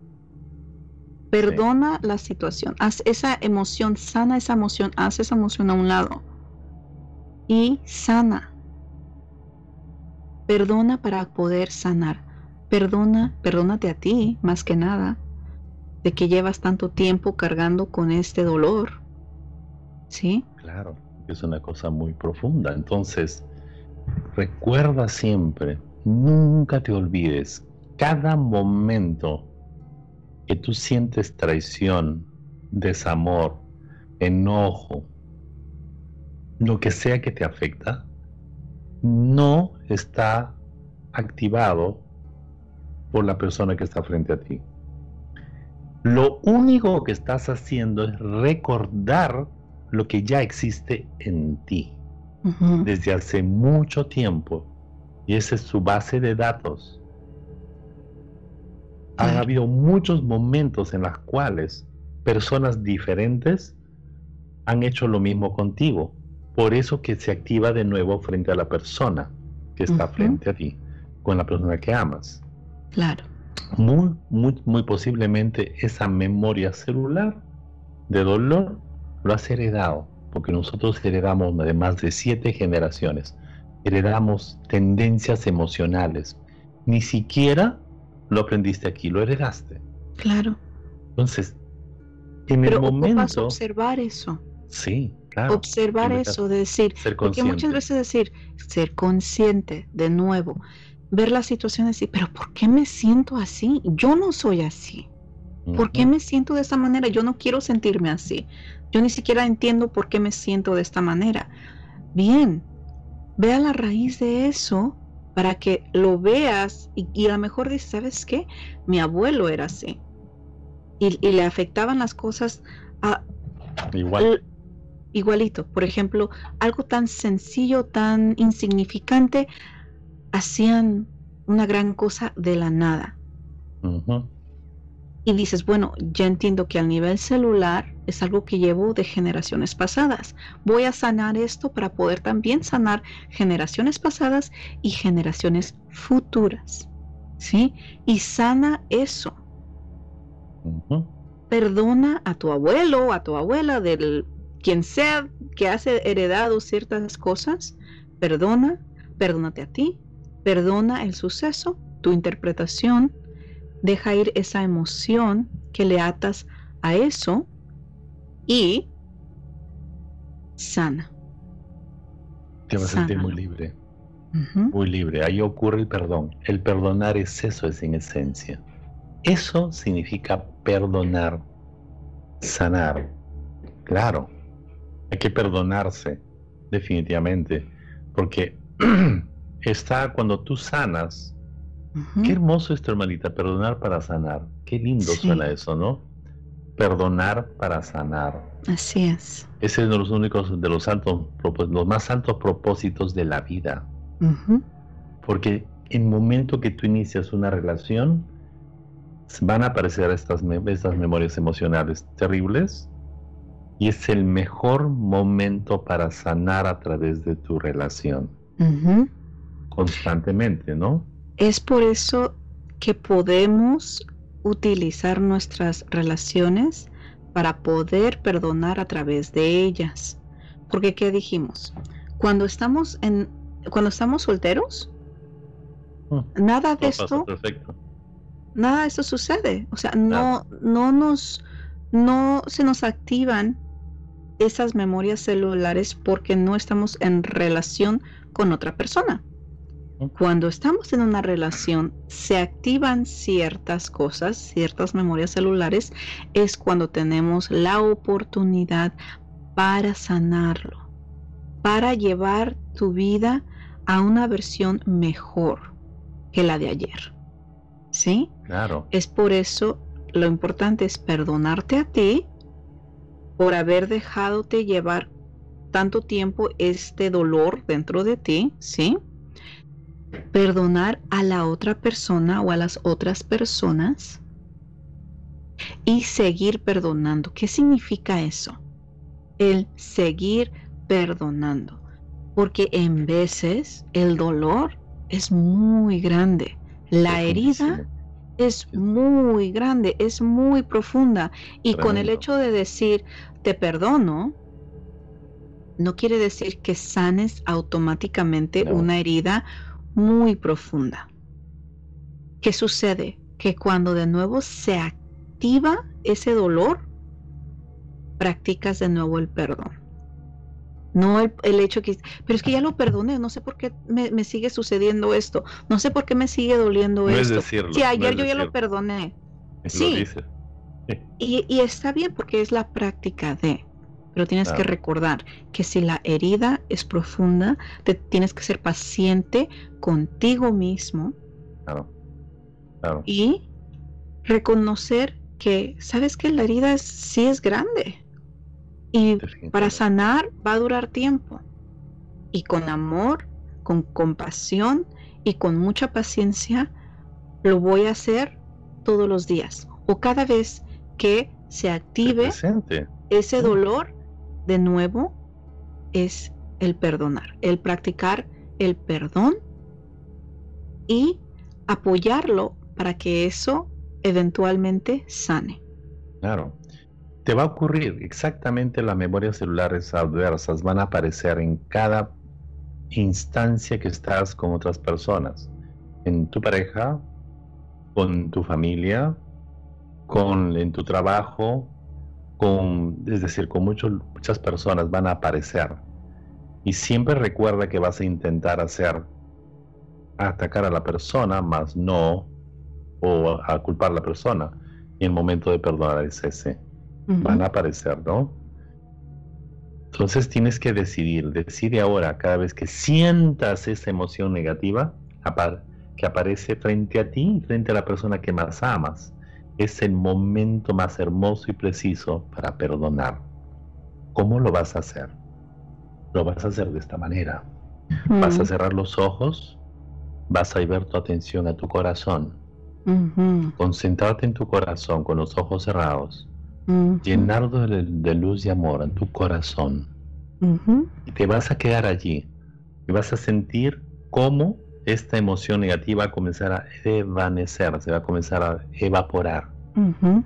Perdona sí. la situación, haz esa emoción, sana esa emoción, haz esa emoción a un lado y sana. Perdona para poder sanar. Perdona, perdónate a ti, más que nada, de que llevas tanto tiempo cargando con este dolor. ¿Sí? Claro, es una cosa muy profunda. Entonces, recuerda siempre, nunca te olvides, cada momento que tú sientes traición, desamor, enojo, lo que sea que te afecta, no está activado por la persona que está frente a ti. Lo único que estás haciendo es recordar lo que ya existe en ti uh-huh. desde hace mucho tiempo, y esa es su base de datos. Han habido muchos momentos en los cuales personas diferentes han hecho lo mismo contigo. Por eso que se activa de nuevo frente a la persona que está uh-huh. frente a ti, con la persona que amas. Claro. Muy, muy, muy posiblemente esa memoria celular de dolor lo has heredado, porque nosotros heredamos de más de siete generaciones. Heredamos tendencias emocionales. Ni siquiera lo aprendiste aquí, lo heredaste. Claro. Entonces, en Pero el momento... vas a observar eso. Sí, claro. Observar eso, de decir... Ser porque muchas veces decir, ser consciente, de nuevo, ver la situación y decir, pero ¿por qué me siento así? Yo no soy así. ¿Por uh-huh. qué me siento de esta manera? Yo no quiero sentirme así. Yo ni siquiera entiendo por qué me siento de esta manera. Bien, ve a la raíz de eso para que lo veas y, y a lo mejor dices, ¿sabes qué? Mi abuelo era así. Y, y le afectaban las cosas a, Igual. al, igualito. Por ejemplo, algo tan sencillo, tan insignificante, hacían una gran cosa de la nada. Uh-huh. Y dices, bueno, ya entiendo que al nivel celular es algo que llevo de generaciones pasadas. Voy a sanar esto para poder también sanar generaciones pasadas y generaciones futuras. ¿Sí? Y sana eso. Uh-huh. Perdona a tu abuelo, a tu abuela, del quien sea que has heredado ciertas cosas. Perdona, perdónate a ti, perdona el suceso, tu interpretación. Deja ir esa emoción que le atas a eso y sana. Te vas a sentir muy libre. Uh-huh. Muy libre. Ahí ocurre el perdón. El perdonar es eso, es en esencia. Eso significa perdonar, sanar. Claro, hay que perdonarse, definitivamente. Porque está cuando tú sanas. Uh-huh. Qué hermoso esto, hermanita, perdonar para sanar. Qué lindo sí. suena eso, ¿no? Perdonar para sanar. Así es. Ese es uno de los únicos, de los santos, los más santos propósitos de la vida. Uh-huh. Porque en el momento que tú inicias una relación, van a aparecer estas, estas memorias emocionales terribles, y es el mejor momento para sanar a través de tu relación. Uh-huh. Constantemente, ¿no? Es por eso que podemos utilizar nuestras relaciones para poder perdonar a través de ellas. Porque ¿qué dijimos? Cuando estamos en, cuando estamos solteros, oh, nada de esto, perfecto. nada de esto sucede. O sea, no, no nos, no se nos activan esas memorias celulares porque no estamos en relación con otra persona. Cuando estamos en una relación, se activan ciertas cosas, ciertas memorias celulares, es cuando tenemos la oportunidad para sanarlo, para llevar tu vida a una versión mejor que la de ayer. ¿Sí? Claro. Es por eso lo importante es perdonarte a ti por haber dejadote llevar tanto tiempo este dolor dentro de ti, ¿sí? Perdonar a la otra persona o a las otras personas y seguir perdonando. ¿Qué significa eso? El seguir perdonando. Porque en veces el dolor es muy grande. La herida es muy grande, es muy profunda. Y Tremendo. Con el hecho de decir, te perdono, no quiere decir que sanes automáticamente No. una herida muy profunda. ¿Qué sucede? Que cuando de nuevo se activa ese dolor, practicas de nuevo el perdón. No el, el hecho que, pero es que ya lo perdoné, no sé por qué me, me sigue sucediendo esto, no sé por qué me sigue doliendo No es esto. decirlo, Si no ayer es yo ya decirlo. lo perdoné. Lo Sí, dices. y, y está bien porque es la práctica de, pero tienes Claro. que recordar que si la herida es profunda, te tienes que ser paciente contigo mismo Claro. Claro. y reconocer que, sabes que la herida es, sí es grande y Definitivamente. para sanar va a durar tiempo y con amor, con compasión y con mucha paciencia lo voy a hacer todos los días o cada vez que se Ser active presente. ese Sí. dolor de nuevo es el perdonar, el practicar el perdón y apoyarlo para que eso eventualmente sane. Claro. Te va a ocurrir exactamente, las memorias celulares adversas van a aparecer en cada instancia que estás con otras personas, en tu pareja, con tu familia, con en tu trabajo, con, es decir, con muchos, muchas personas van a aparecer. Y siempre recuerda que vas a intentar hacer atacar a la persona, más no, o a culpar a la persona. Y el momento de perdonar es ese. Ujú. Van a aparecer, ¿no? Entonces tienes que decidir, decide ahora, cada vez que sientas esa emoción negativa apa- que aparece frente a ti y frente a la persona que más amas, es el momento más hermoso y preciso para perdonar. ¿Cómo lo vas a hacer? Lo vas a hacer de esta manera. Vas a Mm. cerrar los ojos, vas a llevar tu atención a tu corazón, Ujú. concentrarte en tu corazón con los ojos cerrados, Ujú. llenarlo de, de luz y amor en tu corazón. Ujú. Y te vas a quedar allí y vas a sentir cómo esta emoción negativa va a comenzar a desvanecer, se va a comenzar a evaporar. Ujú.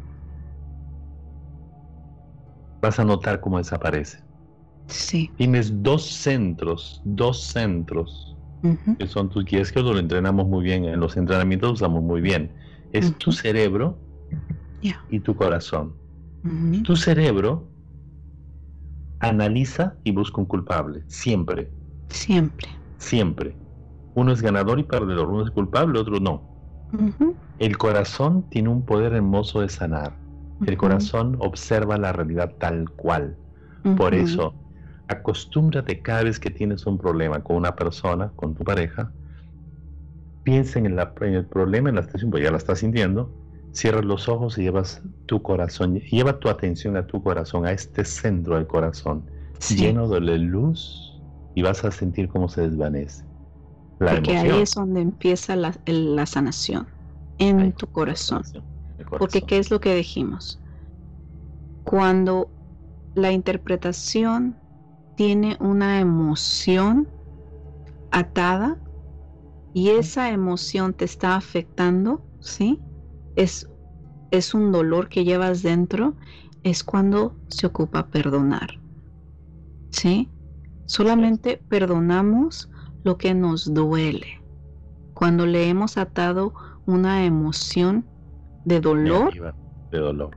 Vas a notar cómo desaparece. Sí. Tienes dos centros, dos centros, Ujú. que son tus guías, que lo entrenamos muy bien, en los entrenamientos lo usamos muy bien. Es tu Ujú. cerebro Ya. y tu corazón. Ujú. Tu cerebro analiza y busca un culpable, siempre, Siempre. siempre. Uno es ganador y perdedor, uno es culpable, otro no. Ujú. El corazón tiene un poder hermoso de sanar. El Ujú. corazón observa la realidad tal cual. Por Ujú. eso, acostúmbrate cada vez que tienes un problema con una persona, con tu pareja, piensa en, la- en el problema, en la situación, pues ya la estás sintiendo, cierras los ojos y llevas tu corazón, lleva tu atención a tu corazón, a este centro del corazón, Sí. lleno de luz, y vas a sentir cómo se desvanece la Porque emoción. ahí es donde empieza la, el- la sanación, en Ahí, tu corazón. el Porque corazón. ¿qué es lo que dijimos? Cuando la interpretación tiene una emoción atada y esa emoción te está afectando, ¿sí? Es, es un dolor que llevas dentro, es cuando se ocupa perdonar, ¿sí? Solamente perdonamos lo que nos duele. Cuando le hemos atado una emoción de dolor, Negativa, de dolor.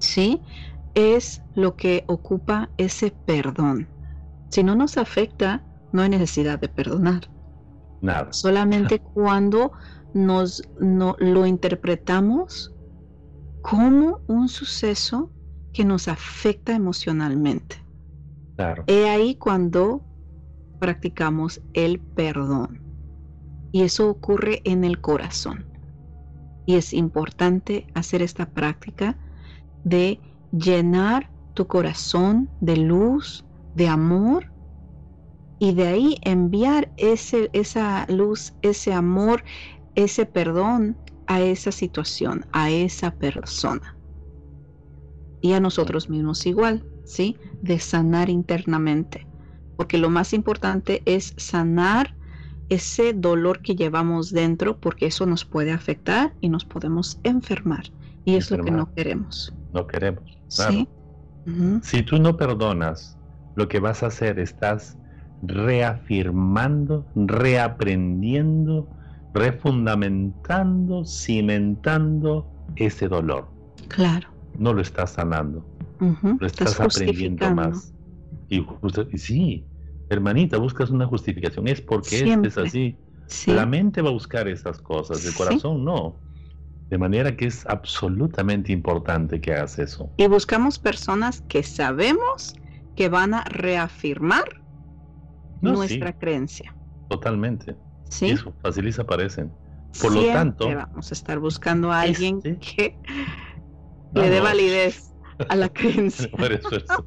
¿sí? Es lo que ocupa ese perdón. Si no nos afecta, no hay necesidad de perdonar. Nada. Solamente cuando nos no, lo interpretamos como un suceso que nos afecta emocionalmente. Claro. He ahí cuando practicamos el perdón. Y eso ocurre en el corazón. Y es importante hacer esta práctica de llenar tu corazón de luz, de amor, y de ahí enviar ese, esa luz, ese amor, ese perdón a esa situación, a esa persona. Y a nosotros mismos igual, ¿sí? De sanar internamente. Porque lo más importante es sanar ese dolor que llevamos dentro, porque eso nos puede afectar y nos podemos enfermar. Y es lo que no queremos. No queremos, claro. ¿Sí? Uh-huh. Si tú no perdonas, lo que vas a hacer, estás reafirmando, reaprendiendo, refundamentando, cimentando ese dolor. Claro. No lo estás sanando. Uh-huh. Lo estás, estás aprendiendo más. Y, justo, y sí, hermanita, buscas una justificación. Es porque Siempre. Este es así. Sí. La mente va a buscar estas cosas, el Sí. corazón no. De manera que es absolutamente importante que hagas eso. Y buscamos personas que sabemos que van a reafirmar no, nuestra sí, creencia. Totalmente. ¿Sí? Y eso, así les aparecen. Por Siempre lo tanto, vamos a estar buscando a alguien este, que no, le dé no. validez a la creencia. Por, eso, eso.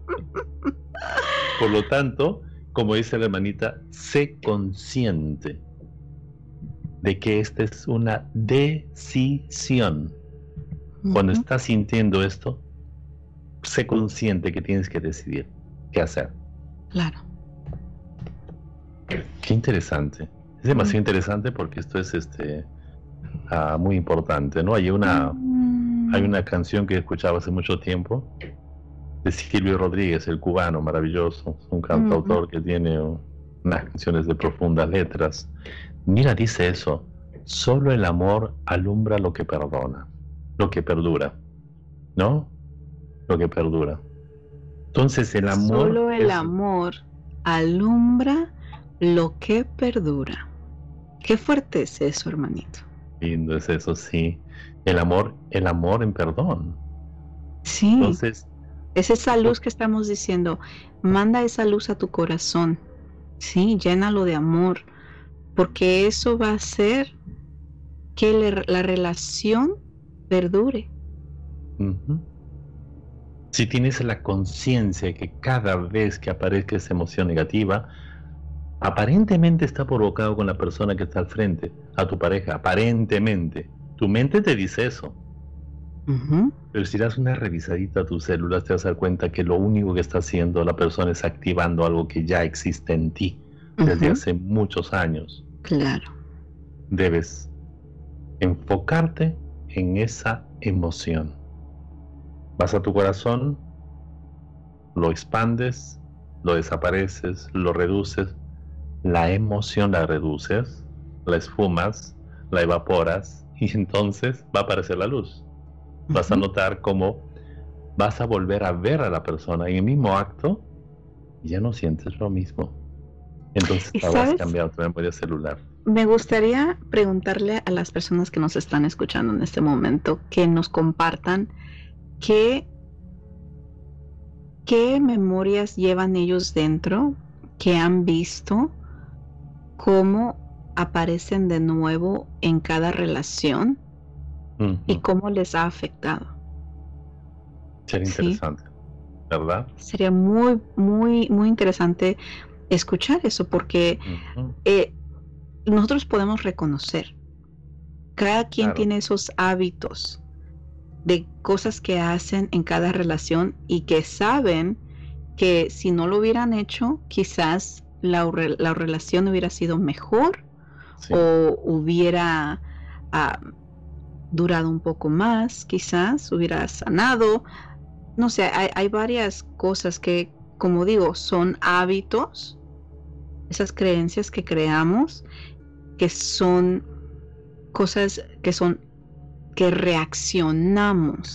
Por lo tanto, como dice la hermanita, sé consciente de que esta es una decisión. Uh-huh. Cuando estás sintiendo esto, sé consciente que tienes que decidir qué hacer. Claro. Qué interesante. Es demasiado uh-huh. interesante porque esto es este uh, muy importante, ¿no? Hay una uh-huh. hay una canción que escuchaba hace mucho tiempo de Silvio Rodríguez, el cubano, maravilloso, un cantautor uh-huh. que tiene unas canciones de profundas letras. Mira, dice eso, solo el amor alumbra lo que perdona, lo que perdura, ¿no? Lo que perdura. Entonces el amor... Solo el es... amor alumbra lo que perdura. Qué fuerte es eso, hermanito. Lindo es eso, sí. El amor, el amor en perdón. Sí. Entonces... Es esa luz que estamos diciendo, manda esa luz a tu corazón, sí, llénalo de amor. Porque eso va a hacer que le, la relación perdure. Uh-huh. Si tienes la conciencia que cada vez que aparezca esa emoción negativa, aparentemente está provocado con la persona que está al frente, a tu pareja, aparentemente. Tu mente te dice eso. Uh-huh. Pero si das una revisadita a tus células, te vas a dar cuenta que lo único que está haciendo la persona es activando algo que ya existe en ti desde uh-huh. hace muchos años. Claro. Debes enfocarte en esa emoción. Vas a tu corazón, lo expandes, lo desapareces, lo reduces. La emoción la reduces, la esfumas, la evaporas y entonces va a aparecer la luz. Uh-huh. Vas a notar cómo vas a volver a ver a la persona en el mismo acto y ya no sientes lo mismo. Entonces vas a cambiar tu memoria celular. Me gustaría preguntarle a las personas que nos están escuchando en este momento que nos compartan qué, qué memorias llevan ellos dentro, que han visto, cómo aparecen de nuevo en cada relación uh-huh. y cómo les ha afectado. Sería interesante, ¿sí? ¿Verdad? Sería muy, muy, muy interesante escuchar eso porque uh-huh. eh, nosotros podemos reconocer, cada quien claro. tiene esos hábitos de cosas que hacen en cada relación y que saben que si no lo hubieran hecho, quizás la, la relación hubiera sido mejor sí. o hubiera uh, durado un poco más, quizás hubiera sanado. No sé, hay, hay varias cosas que, como digo, son hábitos, esas creencias que creamos, que son cosas que son que reaccionamos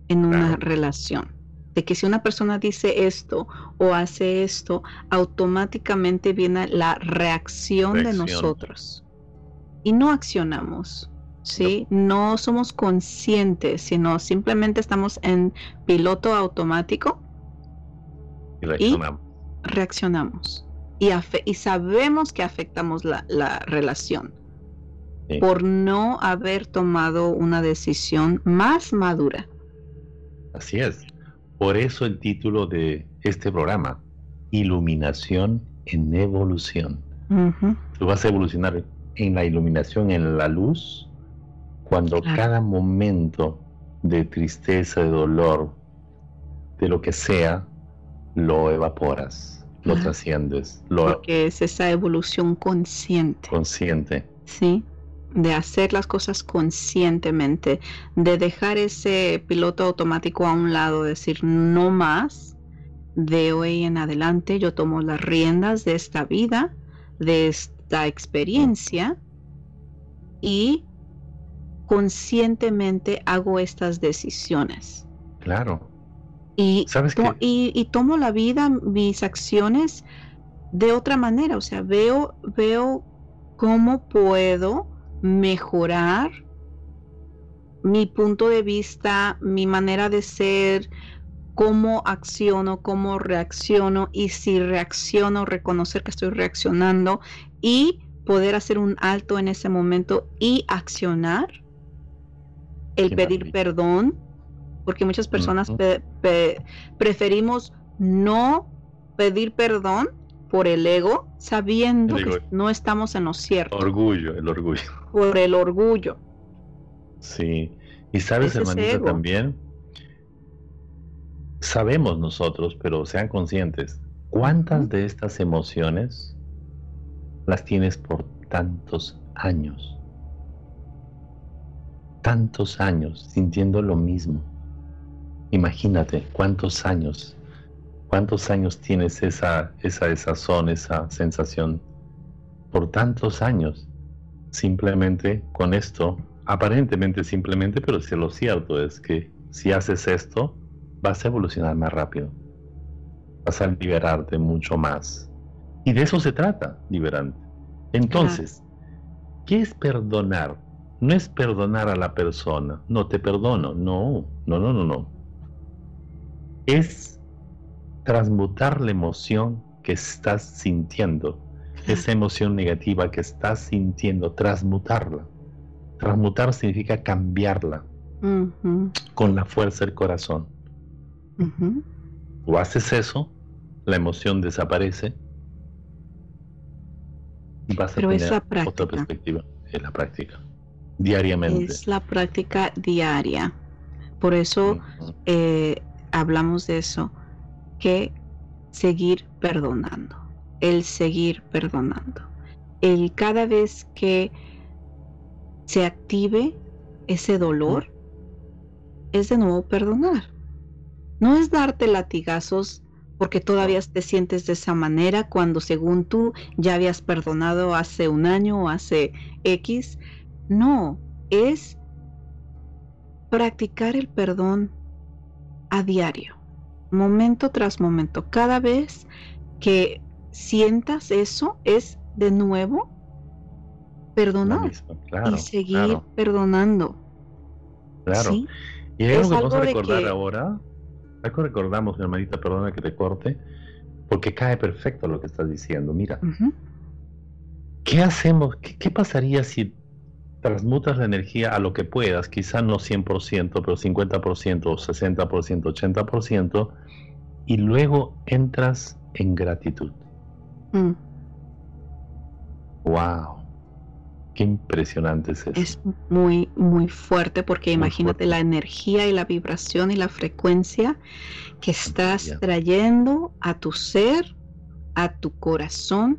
en una Claro. relación. De que si una persona dice esto o hace esto, automáticamente viene la reacción de Reacción. nosotros y no accionamos, No. ¿sí? No somos conscientes, sino simplemente estamos en piloto automático Y y reaccionamos. reaccionamos. Y, afe- y sabemos que afectamos la, la relación Sí. por no haber tomado una decisión más madura. Así es. Por eso el título de este programa, Iluminación en Evolución. Ujú, Tú vas a evolucionar en la iluminación, en la luz, cuando claro. cada momento de tristeza, de dolor, de lo que sea, lo evaporas, lo Claro. trasciendes, lo Porque es esa evolución consciente, consciente. ¿sí? De hacer las cosas conscientemente, de dejar ese piloto automático a un lado, decir no más, de hoy en adelante yo tomo las riendas de esta vida, de esta experiencia y conscientemente hago estas decisiones. Claro. Y, ¿Sabes to- qué? y, y tomo la vida, mis acciones de otra manera, o sea, veo, veo cómo puedo mejorar mi punto de vista, mi manera de ser, cómo acciono, cómo reacciono y si reacciono, reconocer que estoy reaccionando y poder hacer un alto en ese momento y accionar, el Qué pedir maravilla. perdón, porque muchas personas Ujú. pe- pe- preferimos no pedir perdón por el ego, sabiendo El que ego. no estamos en lo cierto, Orgullo, el orgullo. por el orgullo. Sí. Y sabes, Es ese hermanita, ego. también sabemos nosotros, pero sean conscientes, ¿cuántas Ujú. de estas emociones las tienes por tantos años? Tantos años sintiendo lo mismo. Imagínate cuántos años, cuántos años tienes esa, esa desazón, esa sensación. Por tantos años. Simplemente con esto, aparentemente simplemente, pero si lo cierto es que si haces esto, vas a evolucionar más rápido. Vas a liberarte mucho más. Y de eso se trata, liberante. Entonces, ¿qué es perdonar? No es perdonar a la persona. No, te perdono. No, no, no, no, no. Es transmutar la emoción que estás sintiendo. Esa emoción negativa que estás sintiendo, transmutarla. Transmutar significa cambiarla Ujú, con la fuerza del corazón. ujú. Tú haces eso, la emoción desaparece y vas a Pero es tener la otra práctica, perspectiva. Es la práctica. Diariamente. es la práctica diaria. Por eso Ujú. eh, hablamos de eso, que seguir perdonando, el seguir perdonando, el cada vez que se active ese dolor, es de nuevo perdonar. No es darte latigazos porque todavía te sientes de esa manera cuando según tú ya habías perdonado hace un año o hace X. No, es practicar el perdón a diario, momento tras momento. Cada vez que sientas eso, es de nuevo La perdonar misma, y claro, seguir claro, perdonando. claro. ¿Sí? Y hay Es algo que vamos a algo de recordar que ahora. Algo recordamos, mi hermanita, perdona que te corte, porque cae perfecto lo que estás diciendo. Mira, ujú, ¿qué hacemos? ¿Qué, qué pasaría si transmutas la energía a lo que puedas? Quizá no cien por ciento, pero cincuenta por ciento, o sesenta por ciento, ochenta por ciento, y luego entras en gratitud. mm, ¡Wow! ¡Qué impresionante es eso! es muy, muy fuerte porque Muy imagínate fuerte. la energía y la vibración y la frecuencia que estás Ya. trayendo a tu ser, a tu corazón,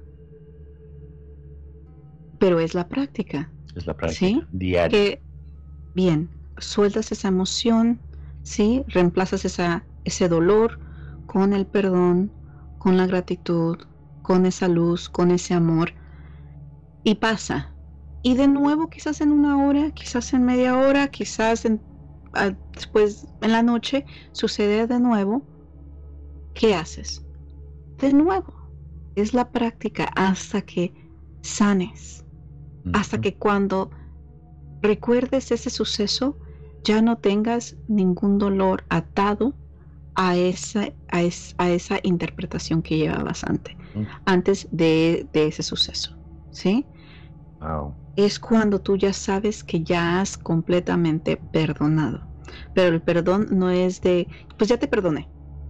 pero es la práctica. Es la práctica ¿Sí? diaria. Que, bien, sueltas esa emoción, ¿sí? Reemplazas esa, ese dolor con el perdón, con la gratitud, con esa luz, con ese amor, y pasa. Y de nuevo, quizás en una hora, quizás en media hora, quizás en ah, después en la noche sucede de nuevo, ¿qué haces? De nuevo. Es la práctica hasta que sanes, uh-huh. hasta que cuando recuerdes ese suceso ya no tengas ningún dolor atado a esa, a es, a esa interpretación que llevabas antes, uh-huh. antes de, de ese suceso, ¿sí? Wow. Es cuando tú ya sabes que ya has completamente perdonado, pero el perdón no es de, pues ya te perdoné.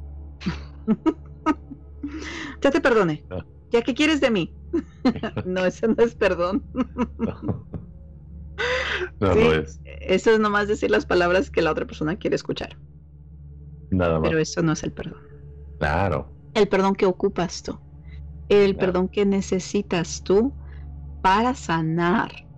Ya te perdoné. No. ¿Ya qué quieres de mí? No, eso no es perdón. No, no sí, lo es. Eso es nomás decir las palabras que la otra persona quiere escuchar. Nada más. Pero eso no es el perdón. Claro. El perdón que ocupas tú. El claro. perdón que necesitas tú para sanar.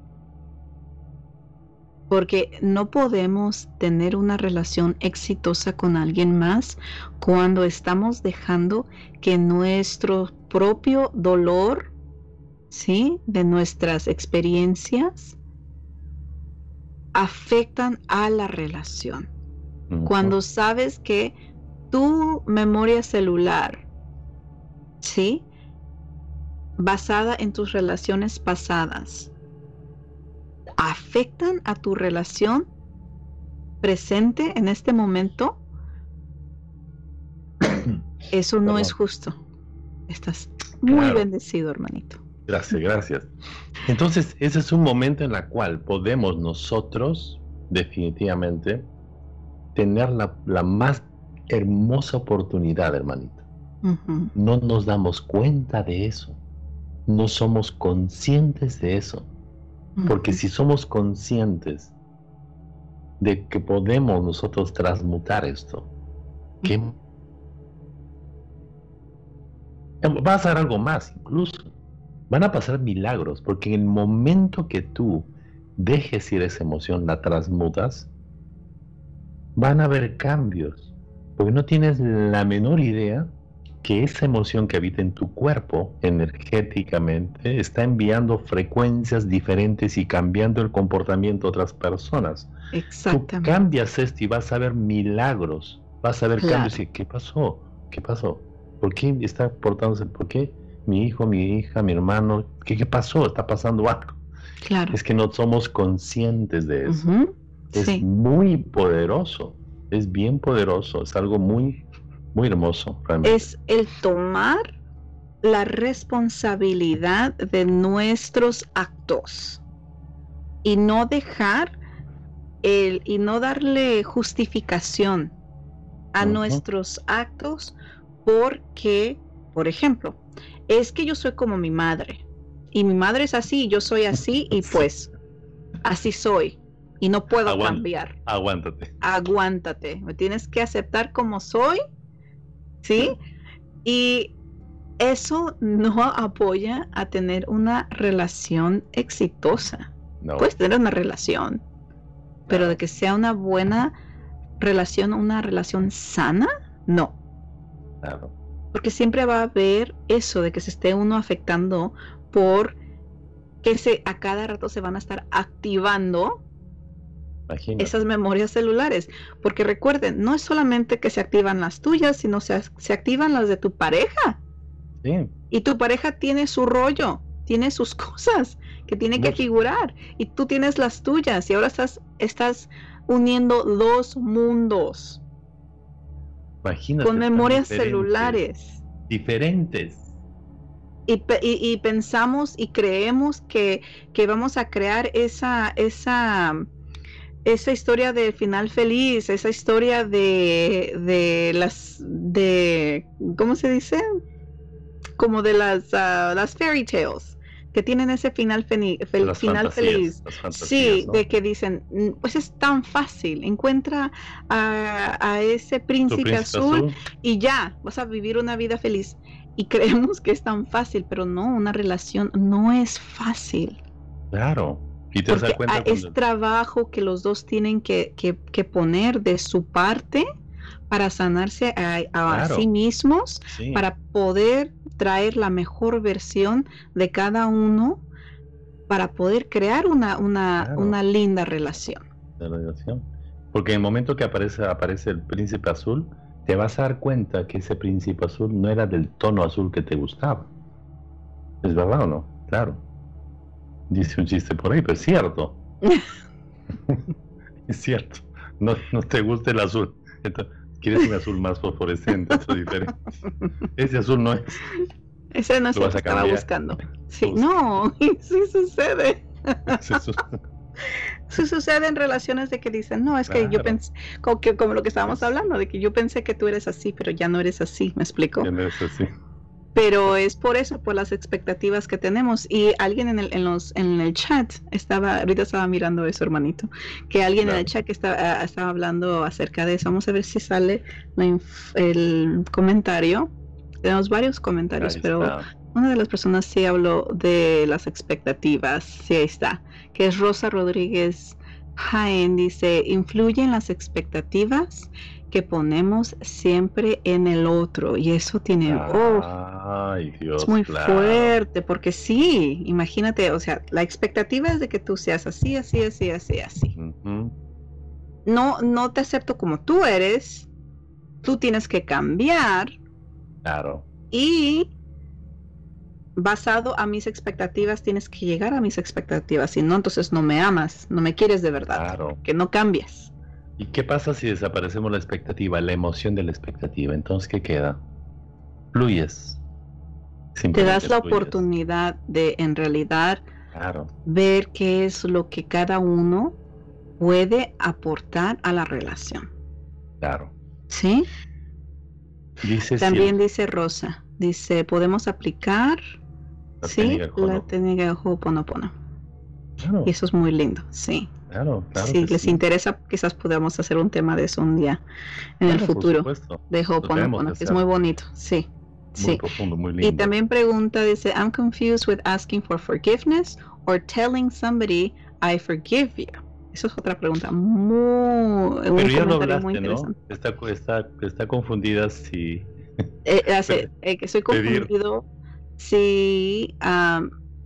Porque no podemos tener una relación exitosa con alguien más cuando estamos dejando que nuestro propio dolor, ¿sí?, de nuestras experiencias afectan a la relación. Uh-huh. Cuando sabes que tu memoria celular, ¿sí?, basada en tus relaciones pasadas, afectan a tu relación presente en este momento, eso no Perdón. Es justo. Estás muy claro. bendecido, hermanito. Gracias, gracias. Entonces, ese es un momento en el cual podemos nosotros, definitivamente, tener la, la más hermosa oportunidad, hermanito. Uh-huh. No nos damos cuenta de eso. No somos conscientes de eso. Porque si somos conscientes de que podemos nosotros transmutar esto, ¿qué? Va a pasar algo más incluso. Van a pasar milagros, porque en el momento que tú dejes ir esa emoción, la transmutas, van a haber cambios. Porque no tienes la menor idea que esa emoción que habita en tu cuerpo energéticamente está enviando frecuencias diferentes y cambiando el comportamiento de otras personas. Exactamente. Tú cambias esto y vas a ver milagros, vas a ver claro. cambios y ¿qué pasó? ¿Qué pasó? ¿Por qué está portándose? ¿Por qué mi hijo, mi hija, mi hermano? ¿Qué, qué pasó? ¿Está pasando algo? Claro. Es que no somos conscientes de eso. Uh-huh. Es sí. muy poderoso, es bien poderoso, es algo muy... muy hermoso, realmente. Es el tomar la responsabilidad de nuestros actos y no dejar el y no darle justificación a uh-huh. nuestros actos porque, por ejemplo, es que yo soy como mi madre y mi madre es así y yo soy así y pues así soy y no puedo Aguanta, cambiar. Aguántate. Aguántate, me tienes que aceptar como soy. ¿Sí? Y eso no apoya a tener una relación exitosa. No. Puedes tener una relación, no. pero de que sea una buena relación, una relación sana, no. Claro. Porque siempre va a haber eso de que se esté uno afectando por que se, a cada rato se van a estar activando Imagínate. Esas memorias celulares, porque recuerden, no es solamente que se activan las tuyas, sino se, se activan las de tu pareja. Sí. Y tu pareja tiene su rollo, tiene sus cosas que tiene que figurar, y tú tienes las tuyas, y ahora estás, estás uniendo dos mundos. Imagínate. Con memorias diferentes, celulares. Diferentes. Y, y, y pensamos y creemos que, que vamos a crear esa... esa esa historia de final feliz, esa historia de de las de ¿cómo se dice? Como de las uh, las fairy tales que tienen ese final fel, fel, final feliz. Sí, ¿no? De que dicen, pues es tan fácil, encuentra a, a ese príncipe, príncipe azul, azul y ya, vas a vivir una vida feliz. Y creemos que es tan fácil, pero no, una relación no es fácil. Claro. ¿Y te Porque das cuenta es cuando... trabajo que los dos tienen que, que, que poner de su parte para sanarse a, a claro. sí mismos, sí. para poder traer la mejor versión de cada uno, para poder crear una, una, claro. una linda relación. La relación. Porque en el momento que aparece, aparece el príncipe azul, te vas a dar cuenta que ese príncipe azul no era del tono azul que te gustaba. ¿Es verdad o no? Claro. Dice un chiste por ahí, pero es cierto. Es cierto. No, no te gusta el azul. Entonces, quieres un azul más fosforescente, eso es diferente. Ese azul no es. Ese no es ¿Lo el vas que a estaba cambiar? buscando. Sí, Lo buscas. no, sí sucede. Es eso. Sí sucede en relaciones de que dicen, no, es que yo Claro. pensé, como, que, como lo que estábamos Es- hablando, de que yo pensé que tú eres así, pero ya no eres así, ¿me explico? Que no es así. Pero es por eso, por las expectativas que tenemos. Y alguien en el, en los, en el chat estaba, ahorita estaba mirando eso, hermanito, que alguien en el Claro. chat que estaba, estaba hablando acerca de eso. Vamos a ver si sale la inf- el comentario. Tenemos varios comentarios, Ahí pero está. una de las personas sí habló de las expectativas. Sí, ahí está. Que es Rosa Rodríguez Jaén. Dice, influyen las expectativas que ponemos siempre en el otro. Y eso tiene... uf, Ay, Dios, es muy claro. fuerte, porque sí, imagínate, o sea, la expectativa es de que tú seas así, así, así, así, así. Ujú. No, no te acepto como tú eres, tú tienes que cambiar Claro. y basado a mis expectativas tienes que llegar a mis expectativas, si no, entonces no me amas, no me quieres de verdad, Claro. que no cambias. ¿Y qué pasa si desaparecemos la expectativa, la emoción de la expectativa? Entonces, ¿qué queda? Fluyes. Te Simplemente das la fluyes. oportunidad de en realidad Claro, ver qué es lo que cada uno puede aportar a la relación. claro. ¿Sí? Dice También Sil- dice Rosa, dice, podemos aplicar La sí, técnica del la Ho'oponopono. técnica de Ho'oponopono. Claro, Y eso es muy lindo, sí. claro, claro. si que les sí. interesa, quizás podamos hacer un tema de eso un día en el Claro, por futuro, supuesto. de Lo tenemos Ho'oponopono, que que es hacer. muy bonito, sí. Muy Sí. profundo, muy lindo. Y también pregunta, dice, I'm confused with asking for forgiveness or telling somebody I forgive you. Esa es otra pregunta muy, un Pero ya lo comentario muy hablaste, ¿no? interesante. Está, está, está confundida si Eh, hace- eh, que estoy Pedir. confundido si, am,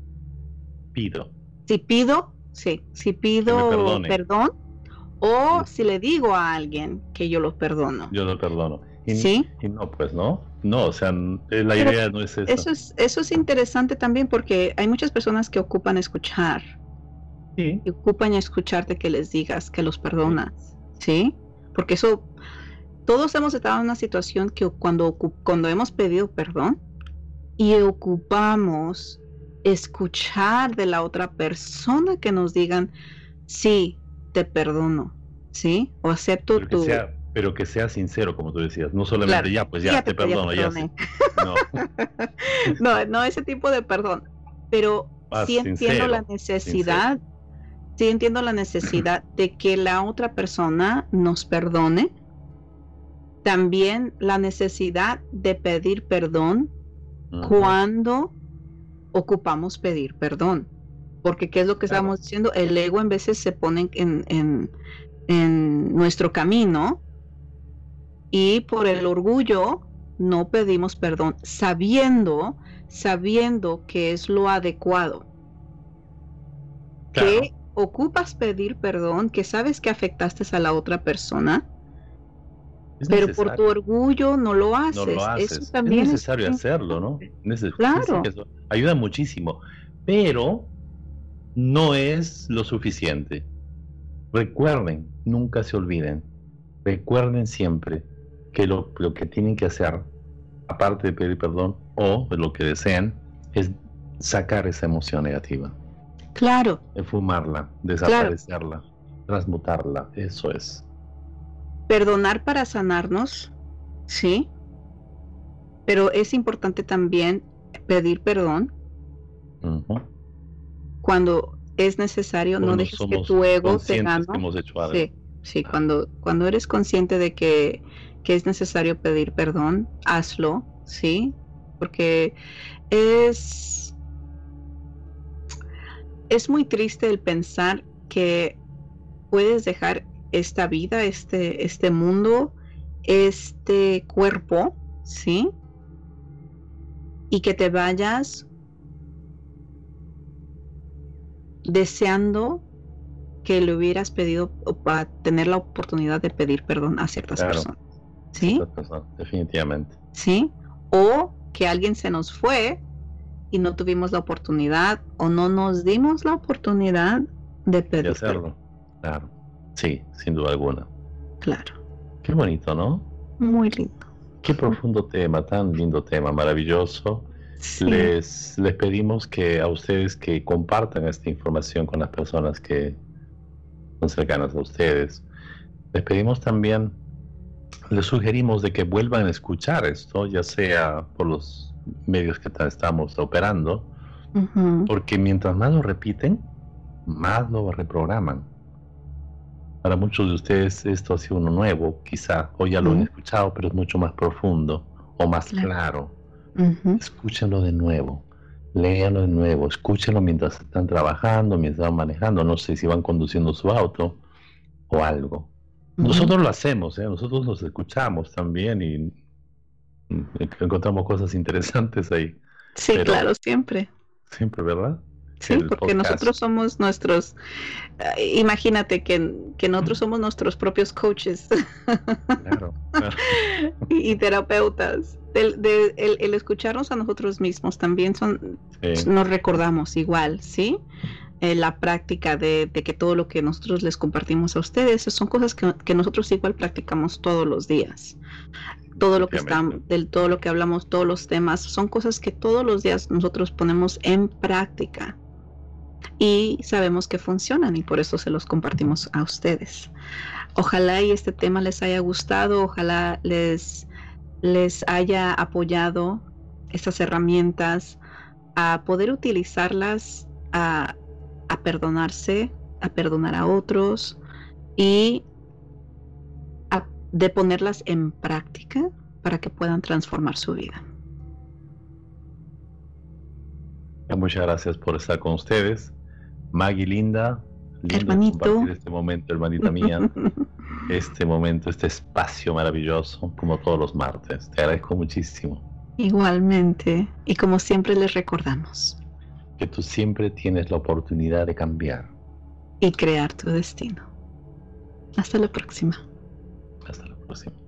pido. si pido, sí, si pido perdone. perdón o Mm. si le digo a alguien que yo lo perdono. Yo lo perdono. Y, ¿Sí? y no, pues no. No, o sea, n- eh, la Pero idea no es esa. Eso es, eso es interesante también porque hay muchas personas que ocupan escuchar, Sí, que ocupan escucharte que les digas que los perdonas, ¿sí? Porque eso, todos hemos estado en una situación que cuando, ocu- cuando hemos pedido perdón y ocupamos escuchar de la otra persona que nos digan, sí, te perdono, ¿sí? O acepto pero que, tu... sea, pero que sea sincero, como tú decías. No solamente Claro. ya, pues ya, Ya te, te- ya te perdono, ya. perdoné. sí. No, No, no ese tipo de perdón, pero Más sí entiendo sincero, la necesidad, sí entiendo la necesidad de que la otra persona nos perdone. También la necesidad de pedir perdón Ujú. cuando ocupamos pedir perdón. Porque ¿qué es lo que Claro. estamos diciendo? El ego en veces se pone en, en, en nuestro camino y por el orgullo no pedimos perdón, sabiendo, sabiendo que es lo adecuado. Claro. Que ocupas pedir perdón, que sabes que afectaste a la otra persona, Es pero por necesario. tu orgullo no lo No haces. lo haces. Eso también es es necesario muy hacerlo, ¿no? importante. Neces- Claro. sí, que eso ayuda muchísimo, pero no es lo suficiente. Recuerden, nunca se olviden. Recuerden siempre que lo, lo que tienen que hacer, aparte de pedir perdón o de lo que desean, es sacar esa emoción negativa, Claro, esfumarla, desaparecerla, transmutarla. Eso es. perdonar para sanarnos, sí, pero es importante también pedir perdón Ujú. cuando es necesario. No Cuando dejes que somos tu ego te conscientes gane. que hemos hecho algo. Sí, sí, cuando, cuando eres consciente de que, que es necesario pedir perdón, hazlo, sí, porque es, es muy triste el pensar que puedes dejar esta vida, este, este mundo, este cuerpo, sí, y que te vayas deseando que le hubieras pedido para tener la oportunidad de pedir perdón a ciertas Claro. personas. ¿Sí? Ciertas personas, definitivamente. ¿Sí? O que alguien se nos fue y no tuvimos la oportunidad o no nos dimos la oportunidad de pedir De perdón. hacerlo. Claro. Sí, sin duda alguna. Claro. Qué bonito, ¿no? Muy lindo. Qué profundo tema, tan lindo tema, maravilloso. Sí. Les, les pedimos que a ustedes que compartan esta información con las personas que son cercanas a ustedes. Les pedimos también, les sugerimos de que vuelvan a escuchar esto, ya sea por los medios que ta- estamos operando, Ujú. porque mientras más lo repiten, más lo reprograman. Para muchos de ustedes esto ha sido uno nuevo, quizá, o ya lo han Ujú. escuchado, pero es mucho más profundo o más Claro. claro. Ujú. Escúchenlo de nuevo, léanlo de nuevo, escúchenlo mientras están trabajando, mientras van manejando, no sé si van conduciendo su auto o algo. Ujú. Nosotros lo hacemos, ¿eh? Nosotros los escuchamos también y mm, encontramos cosas interesantes ahí, Sí, pero claro, siempre. siempre, ¿verdad? Sí, El porque podcast, nosotros somos nuestros, eh, imagínate que, que nosotros somos nuestros propios coaches claro, claro, y, y terapeutas. El, de- el- el escucharnos a nosotros mismos también son, sí, nos recordamos igual, ¿sí? Eh, la práctica de, de que todo lo que nosotros les compartimos a ustedes son cosas que, que nosotros igual practicamos todos los días. Todo lo que definitivamente. estamos, del todo lo que hablamos, todos los temas, son cosas que todos los días nosotros ponemos en práctica y sabemos que funcionan y por eso se los compartimos a ustedes. Ojalá y este tema les haya gustado, ojalá les, les haya apoyado estas herramientas a poder utilizarlas a, a perdonarse, a perdonar a otros y a- de ponerlas en práctica para que puedan transformar su vida. Muchas gracias por estar con ustedes. Maggie, linda, lindo Hermanito. compartir este momento, hermanita mía, este momento, este espacio maravilloso, como todos los martes. Te agradezco muchísimo. Igualmente, y como siempre les recordamos, Que tú siempre tienes la oportunidad de cambiar. y crear tu destino. Hasta la próxima. Hasta la próxima.